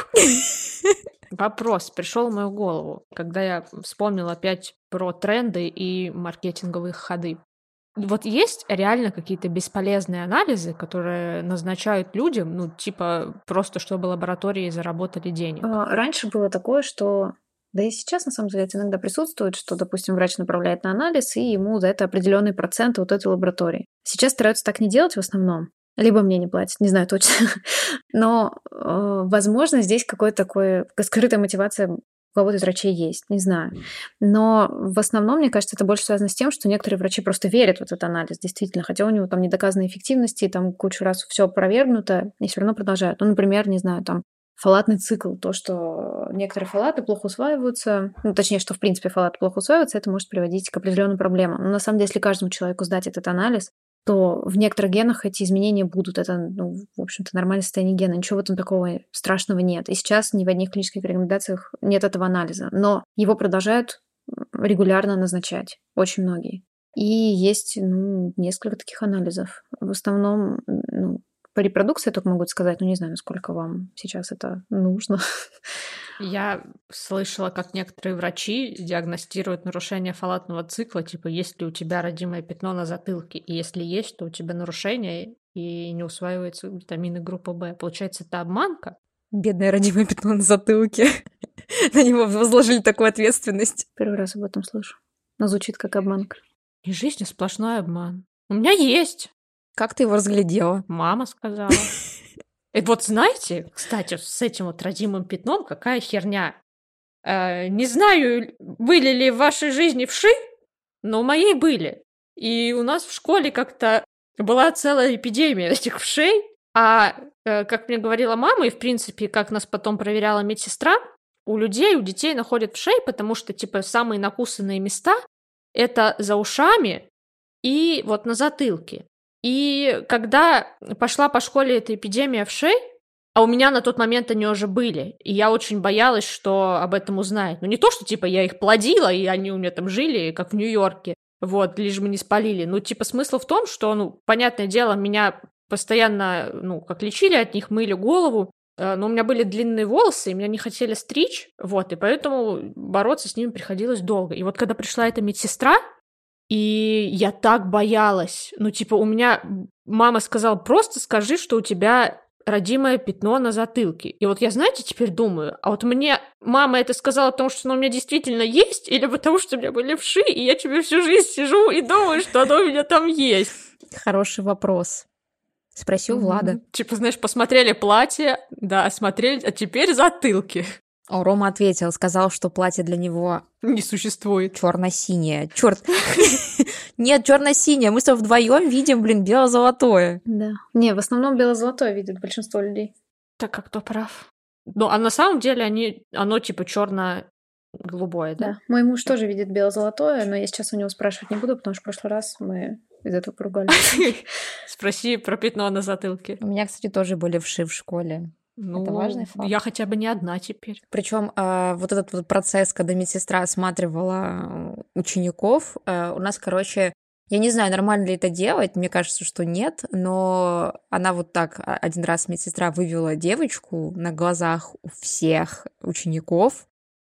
Вопрос пришел в мою голову, когда я вспомнила опять про тренды и маркетинговые ходы. Вот есть реально какие-то бесполезные анализы, которые назначают людям, ну, типа, просто чтобы лаборатории заработали денег? А, Раньше было такое, что... Да и сейчас, на самом деле, это иногда присутствует, что, допустим, врач направляет на анализ, и ему за это определенный процент вот этой лаборатории. Сейчас стараются так не делать в основном. Либо мне не платят, не знаю точно. Но, э, возможно, здесь какой-то такой скрытая мотивация у кого-то из врачей есть, не знаю. Но в основном, мне кажется, это больше связано с тем, что некоторые врачи просто верят в этот анализ, действительно, хотя у него там недоказанной эффективности, там кучу раз все опровергнуто, и все равно продолжают. Ну, например, не знаю, там фолатный цикл, то, что некоторые фолаты плохо усваиваются, ну, точнее, что, в принципе, фолаты плохо усваиваются, это может приводить к определенным проблемам. Но, на самом деле, если каждому человеку сдать этот анализ, то в некоторых генах эти изменения будут. Это, ну, в общем-то, нормальное состояние гена. Ничего в этом такого страшного нет. И сейчас ни в одних клинических рекомендациях нет этого анализа. Но его продолжают регулярно назначать. Очень многие. И есть, ну, несколько таких анализов. В основном, ну, по репродукции я только могу сказать, но не знаю, насколько вам сейчас это нужно. Я слышала, как некоторые врачи диагностируют нарушение фолатного цикла, типа, есть ли у тебя родимое пятно на затылке, и если есть, то у тебя нарушение, и не усваиваются витамины группы В. Получается, это обманка? Бедное родимое пятно на затылке. На него возложили такую ответственность. Первый раз об этом слышу. Но звучит как обманка. И жизнь сплошной обман. У меня есть. Как ты его разглядела? Мама сказала. И вот знаете, кстати, с этим вот родимым пятном какая херня. Э, не знаю, были ли в вашей жизни вши, но у моей были. И у нас в школе как-то была целая эпидемия этих вшей. А, э, как мне говорила мама, и, в принципе, как нас потом проверяла медсестра, у людей, у детей находят вшей, потому что, типа, самые накусанные места — это за ушами и вот на затылке. И когда пошла по школе эта эпидемия вшей, а у меня на тот момент они уже были, и я очень боялась, что об этом узнают. Ну, не то, что, типа, я их плодила, и они у меня там жили, как в Нью-Йорке, вот, лишь бы не спалили. Ну, типа, смысл в том, что, ну, понятное дело, меня постоянно, ну, как лечили от них, мыли голову, но у меня были длинные волосы, и меня не хотели стричь, вот, и поэтому бороться с ними приходилось долго. И вот когда пришла эта медсестра, и я так боялась, ну, типа, у меня мама сказала, просто скажи, что у тебя родимое пятно на затылке. И вот я, знаете, теперь думаю, а вот мне мама это сказала потому, что оно у меня действительно есть, или потому, что у меня были вши, и я тебе всю жизнь сижу и думаю, что оно у меня там есть? Хороший вопрос. Спроси у Влада. Mm-hmm. Типа, знаешь, посмотрели платье, да, смотрели, а теперь затылки. О, Рома ответил, сказал, что платье для него не существует. Черно-синее. Черт. Нет, черно-синее. Мы с тобой вдвоем видим, блин, бело-золотое. Да. Не, в основном бело-золотое видят большинство людей. Так как кто прав? Ну, а на самом деле они, оно типа черно-голубое, да? Да. Мой муж тоже видит бело-золотое, но я сейчас у него спрашивать не буду, потому что в прошлый раз мы из этого поругались. Спроси про пятно на затылке. У меня, кстати, тоже были вши в школе. Ну, это важный факт. Я хотя бы не одна теперь. Причем э, вот этот вот процесс, когда медсестра осматривала учеников, э, у нас, короче, я не знаю, нормально ли это делать, мне кажется, что нет, но она вот так один раз медсестра вывела девочку на глазах у всех учеников,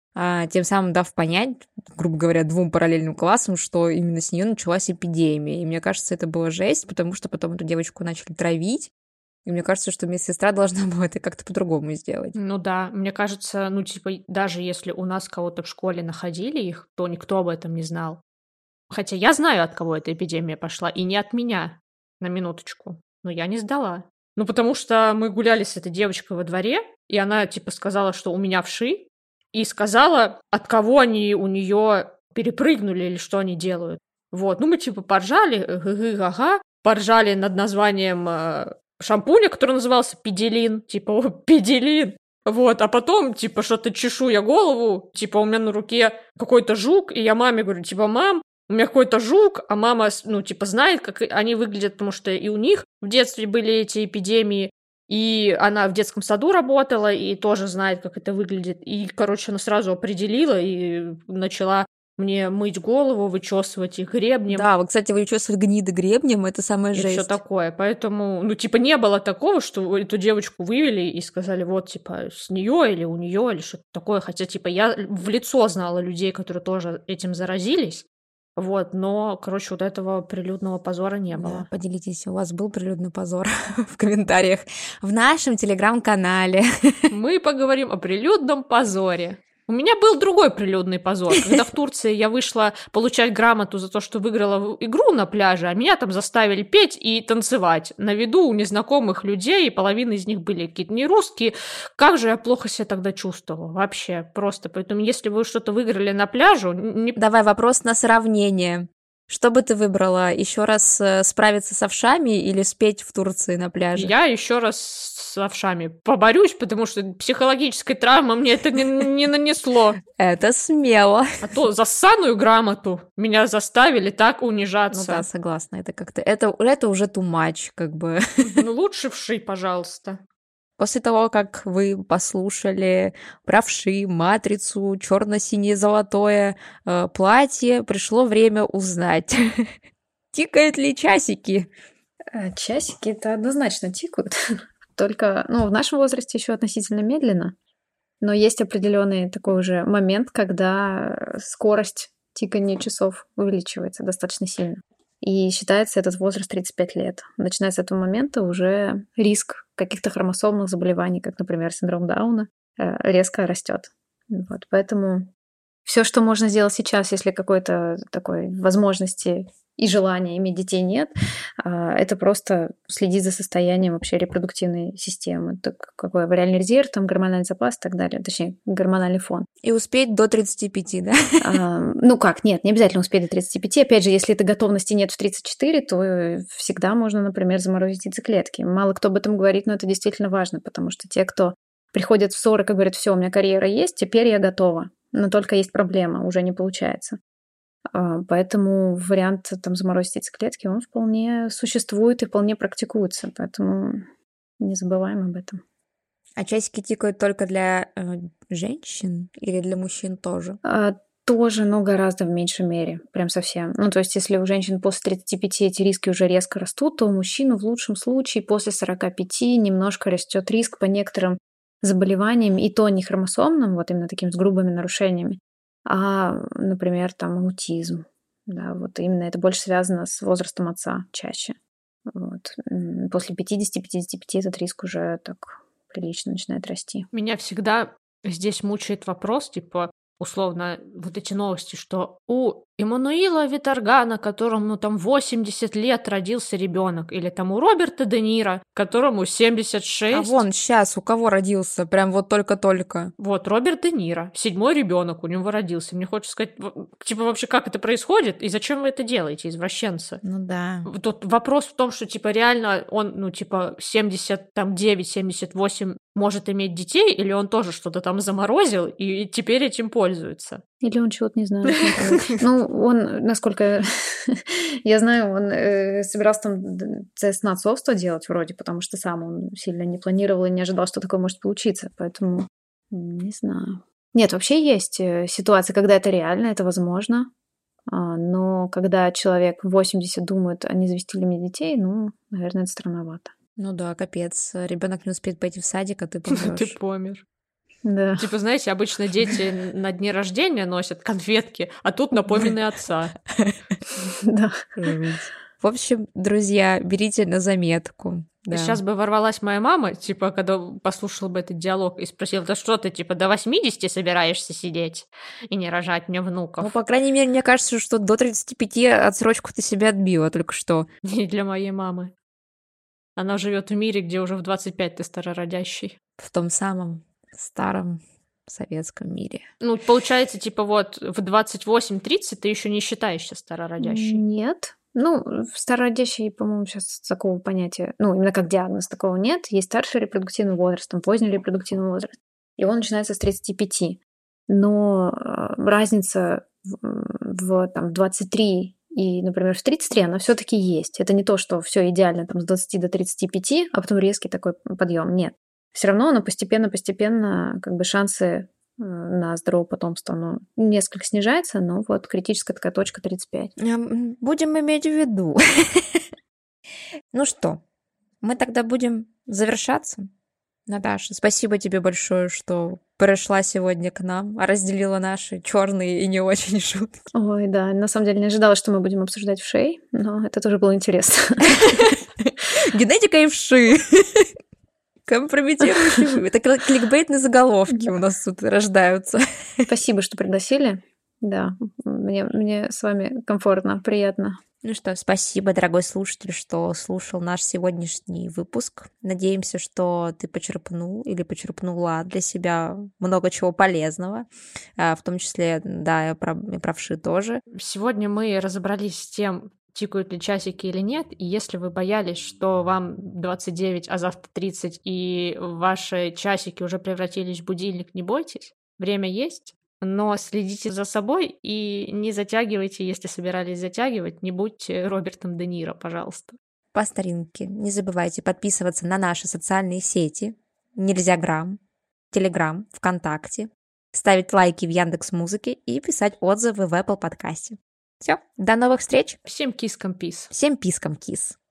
э, тем самым дав понять, грубо говоря, двум параллельным классам, что именно с нее началась эпидемия. И мне кажется, это была жесть, потому что потом эту девочку начали травить. И мне кажется, что медсестра должна была это как-то по-другому сделать. Ну да, мне кажется, ну типа, даже если у нас кого-то в школе находили их, то никто об этом не знал. Хотя я знаю, от кого эта эпидемия пошла, и не от меня, на минуточку. Но я не сдала. Ну потому что мы гуляли с этой девочкой во дворе, и она типа сказала, что у меня вши, и сказала, от кого они у нее перепрыгнули или что они делают. Вот, ну мы типа поржали, га-га-га, поржали над названием шампуня, который назывался Педелин, типа, о, Педелин, вот, а потом, типа, что-то чешу я голову, типа, у меня на руке какой-то жук, и я маме говорю, типа, мам, у меня какой-то жук, а мама, ну, типа, знает, как они выглядят, потому что и у них в детстве были эти эпидемии, и она в детском саду работала, и тоже знает, как это выглядит, и, короче, она сразу определила и начала мне мыть голову, вычесывать их гребнем. Да, вот, кстати, вычесывать гниды гребнем — это самая жесть. И все такое. Поэтому, ну, типа, не было такого, что эту девочку вывели и сказали, вот, типа, с нее или у нее или что-то такое. Хотя, типа, я в лицо знала людей, которые тоже этим заразились. Вот, но, короче, вот этого прилюдного позора не было. Да, поделитесь, у вас был прилюдный позор в комментариях в нашем телеграм-канале. Мы поговорим о прилюдном позоре. У меня был другой прилюдный позор, когда в Турции я вышла получать грамоту за то, что выиграла игру на пляже, а меня там заставили петь и танцевать на виду у незнакомых людей, и половина из них были какие-то не русские. Как же я плохо себя тогда чувствовала, вообще, просто. Поэтому если вы что-то выиграли на пляже... Не... Давай вопрос на сравнение. Что бы ты выбрала? Еще раз справиться с овшами или спеть в Турции на пляже? Я еще раз с овшами поборюсь, потому что психологической травмы мне это не, не нанесло. Это смело. А то за ссаную грамоту меня заставили так унижаться. Ну да, согласна. Это как-то... Это, это уже too much, как бы. Ну лучше вши, пожалуйста. После того, как вы послушали про вши, матрицу, черно-синее-золотое э, платье, пришло время узнать, тикают ли часики. Часики-то однозначно тикают. Только, ну, в нашем возрасте еще относительно медленно, но есть определенный такой уже момент, когда скорость тикания часов увеличивается достаточно сильно. И считается этот возраст тридцать пять лет. Начиная с этого момента уже риск каких-то хромосомных заболеваний, как, например, синдром Дауна, резко растет. Вот. Поэтому все, что можно сделать сейчас, если какой-то такой возможности и желания иметь детей нет. Это просто следить за состоянием вообще репродуктивной системы. Так, какой вариальный резерв, там гормональный запас и так далее. Точнее, гормональный фон. И успеть до тридцати пяти, да? А, ну как, нет, не обязательно успеть до тридцати пяти. Опять же, если этой готовности нет в тридцать четыре, то всегда можно, например, заморозить яйцеклетки. Мало кто об этом говорит, но это действительно важно, потому что те, кто приходят в сорок и говорят, все, у меня карьера есть, теперь я готова. Но только есть проблема, уже не получается. Поэтому вариант там, заморозить яйцеклетки, он вполне существует и вполне практикуется. Поэтому не забываем об этом. А часики тикают только для э, женщин или для мужчин тоже? А, тоже, но гораздо в меньшей мере. Прям совсем. Ну, то есть, если у женщин после тридцати пяти эти риски уже резко растут, то у мужчин в лучшем случае после сорока пяти немножко растет риск по некоторым заболеваниям, и то не хромосомным, вот именно таким с грубыми нарушениями, а, например, там аутизм. Да, вот именно это больше связано с возрастом отца чаще. Вот. После пятидесяти-пятидесяти пяти этот риск уже так прилично начинает расти. Меня всегда здесь мучает вопрос, типа, условно, вот эти новости, что у Эммануила Виторгана, которому ну, там восемьдесят лет родился ребенок, или там у Роберта Де Ниро, которому семьдесят шесть. А вон сейчас у кого родился, прям вот только-только. Вот, Роберт Де Ниро, седьмой ребенок у него родился. Мне хочется сказать, типа, вообще, как это происходит, и зачем вы это делаете, извращенцы? Ну да. Тут вопрос в том, что, типа, реально он, ну, типа, семьдесят девять семьдесят восемь может иметь детей, или он тоже что-то там заморозил, и теперь этим пользуется. Или он чего-то не знает. Ну, он, насколько я знаю, он э, собирался там тест на отцовство делать вроде, потому что сам он сильно не планировал и не ожидал, что такое может получиться. Поэтому не знаю. Нет, вообще есть ситуации, когда это реально, это возможно. Но когда человек в восемьдесят думает, а не завести ли мне детей, ну, наверное, это странновато. Ну да, капец. Ребенок не успеет пойти в садик, а ты помрёшь. Ты помер. Да. Типа, знаете, обычно дети на дне рождения носят конфетки, а тут напомины отца. Да. В общем, друзья, берите на заметку. Да. Сейчас бы ворвалась моя мама, типа, когда послушала бы этот диалог и спросила, да что ты, типа, до восьмидесяти собираешься сидеть и не рожать мне внуков? Ну, по крайней мере, мне кажется, что до тридцати пяти отсрочку ты себя отбила только что. Не для моей мамы. Она живет в мире, где уже в двадцать пять ты старородящий. В том самом старом советском мире. Ну, получается, типа, вот в двадцать восемь тридцать ты еще не считаешься старородящей? Нет. Ну, в старородящей, по-моему, сейчас такого понятия, ну, именно как диагноз такого нет. Есть старший репродуктивный возраст, там, поздний репродуктивный возраст. И он начинается с тридцати пяти. Но разница в, в, там, в двадцать три и, например, в тридцать три, она все-таки есть. Это не то, что все идеально там, с двадцати до тридцати пяти, а потом резкий такой подъем. Нет. Все равно оно постепенно-постепенно, как бы шансы на здоровое потомство, оно несколько снижается, но вот критическая такая точка тридцать пять. Будем иметь в виду. Ну что, мы тогда будем завершаться. Наташа, спасибо тебе большое, что пришла сегодня к нам, разделила наши черные и не очень шутки. Ой, да, на самом деле не ожидала, что мы будем обсуждать вшей, но это тоже было интересно. Генетика и вши. Компрометирующие. Это кликбейтные заголовки у нас тут рождаются. Спасибо, что пригласили. Да, мне, мне с вами комфортно, приятно. Ну что, спасибо, дорогой слушатель, что слушал наш сегодняшний выпуск. Надеемся, что ты почерпнул или почерпнула для себя много чего полезного, в том числе, да, и про, и про вши тоже. Сегодня мы разобрались с тем, тикают ли часики или нет, и если вы боялись, что вам двадцать девять, а завтра тридцать, и ваши часики уже превратились в будильник, не бойтесь, время есть, но следите за собой и не затягивайте, если собирались затягивать, не будьте Робертом Де Ниро, пожалуйста. По старинке, не забывайте подписываться на наши социальные сети, Нельзяграм, Телеграм, ВКонтакте, ставить лайки в Яндекс.Музыке и писать отзывы в Apple подкасте. Все, до новых встреч. Всем кискам пис. Всем пискам кис.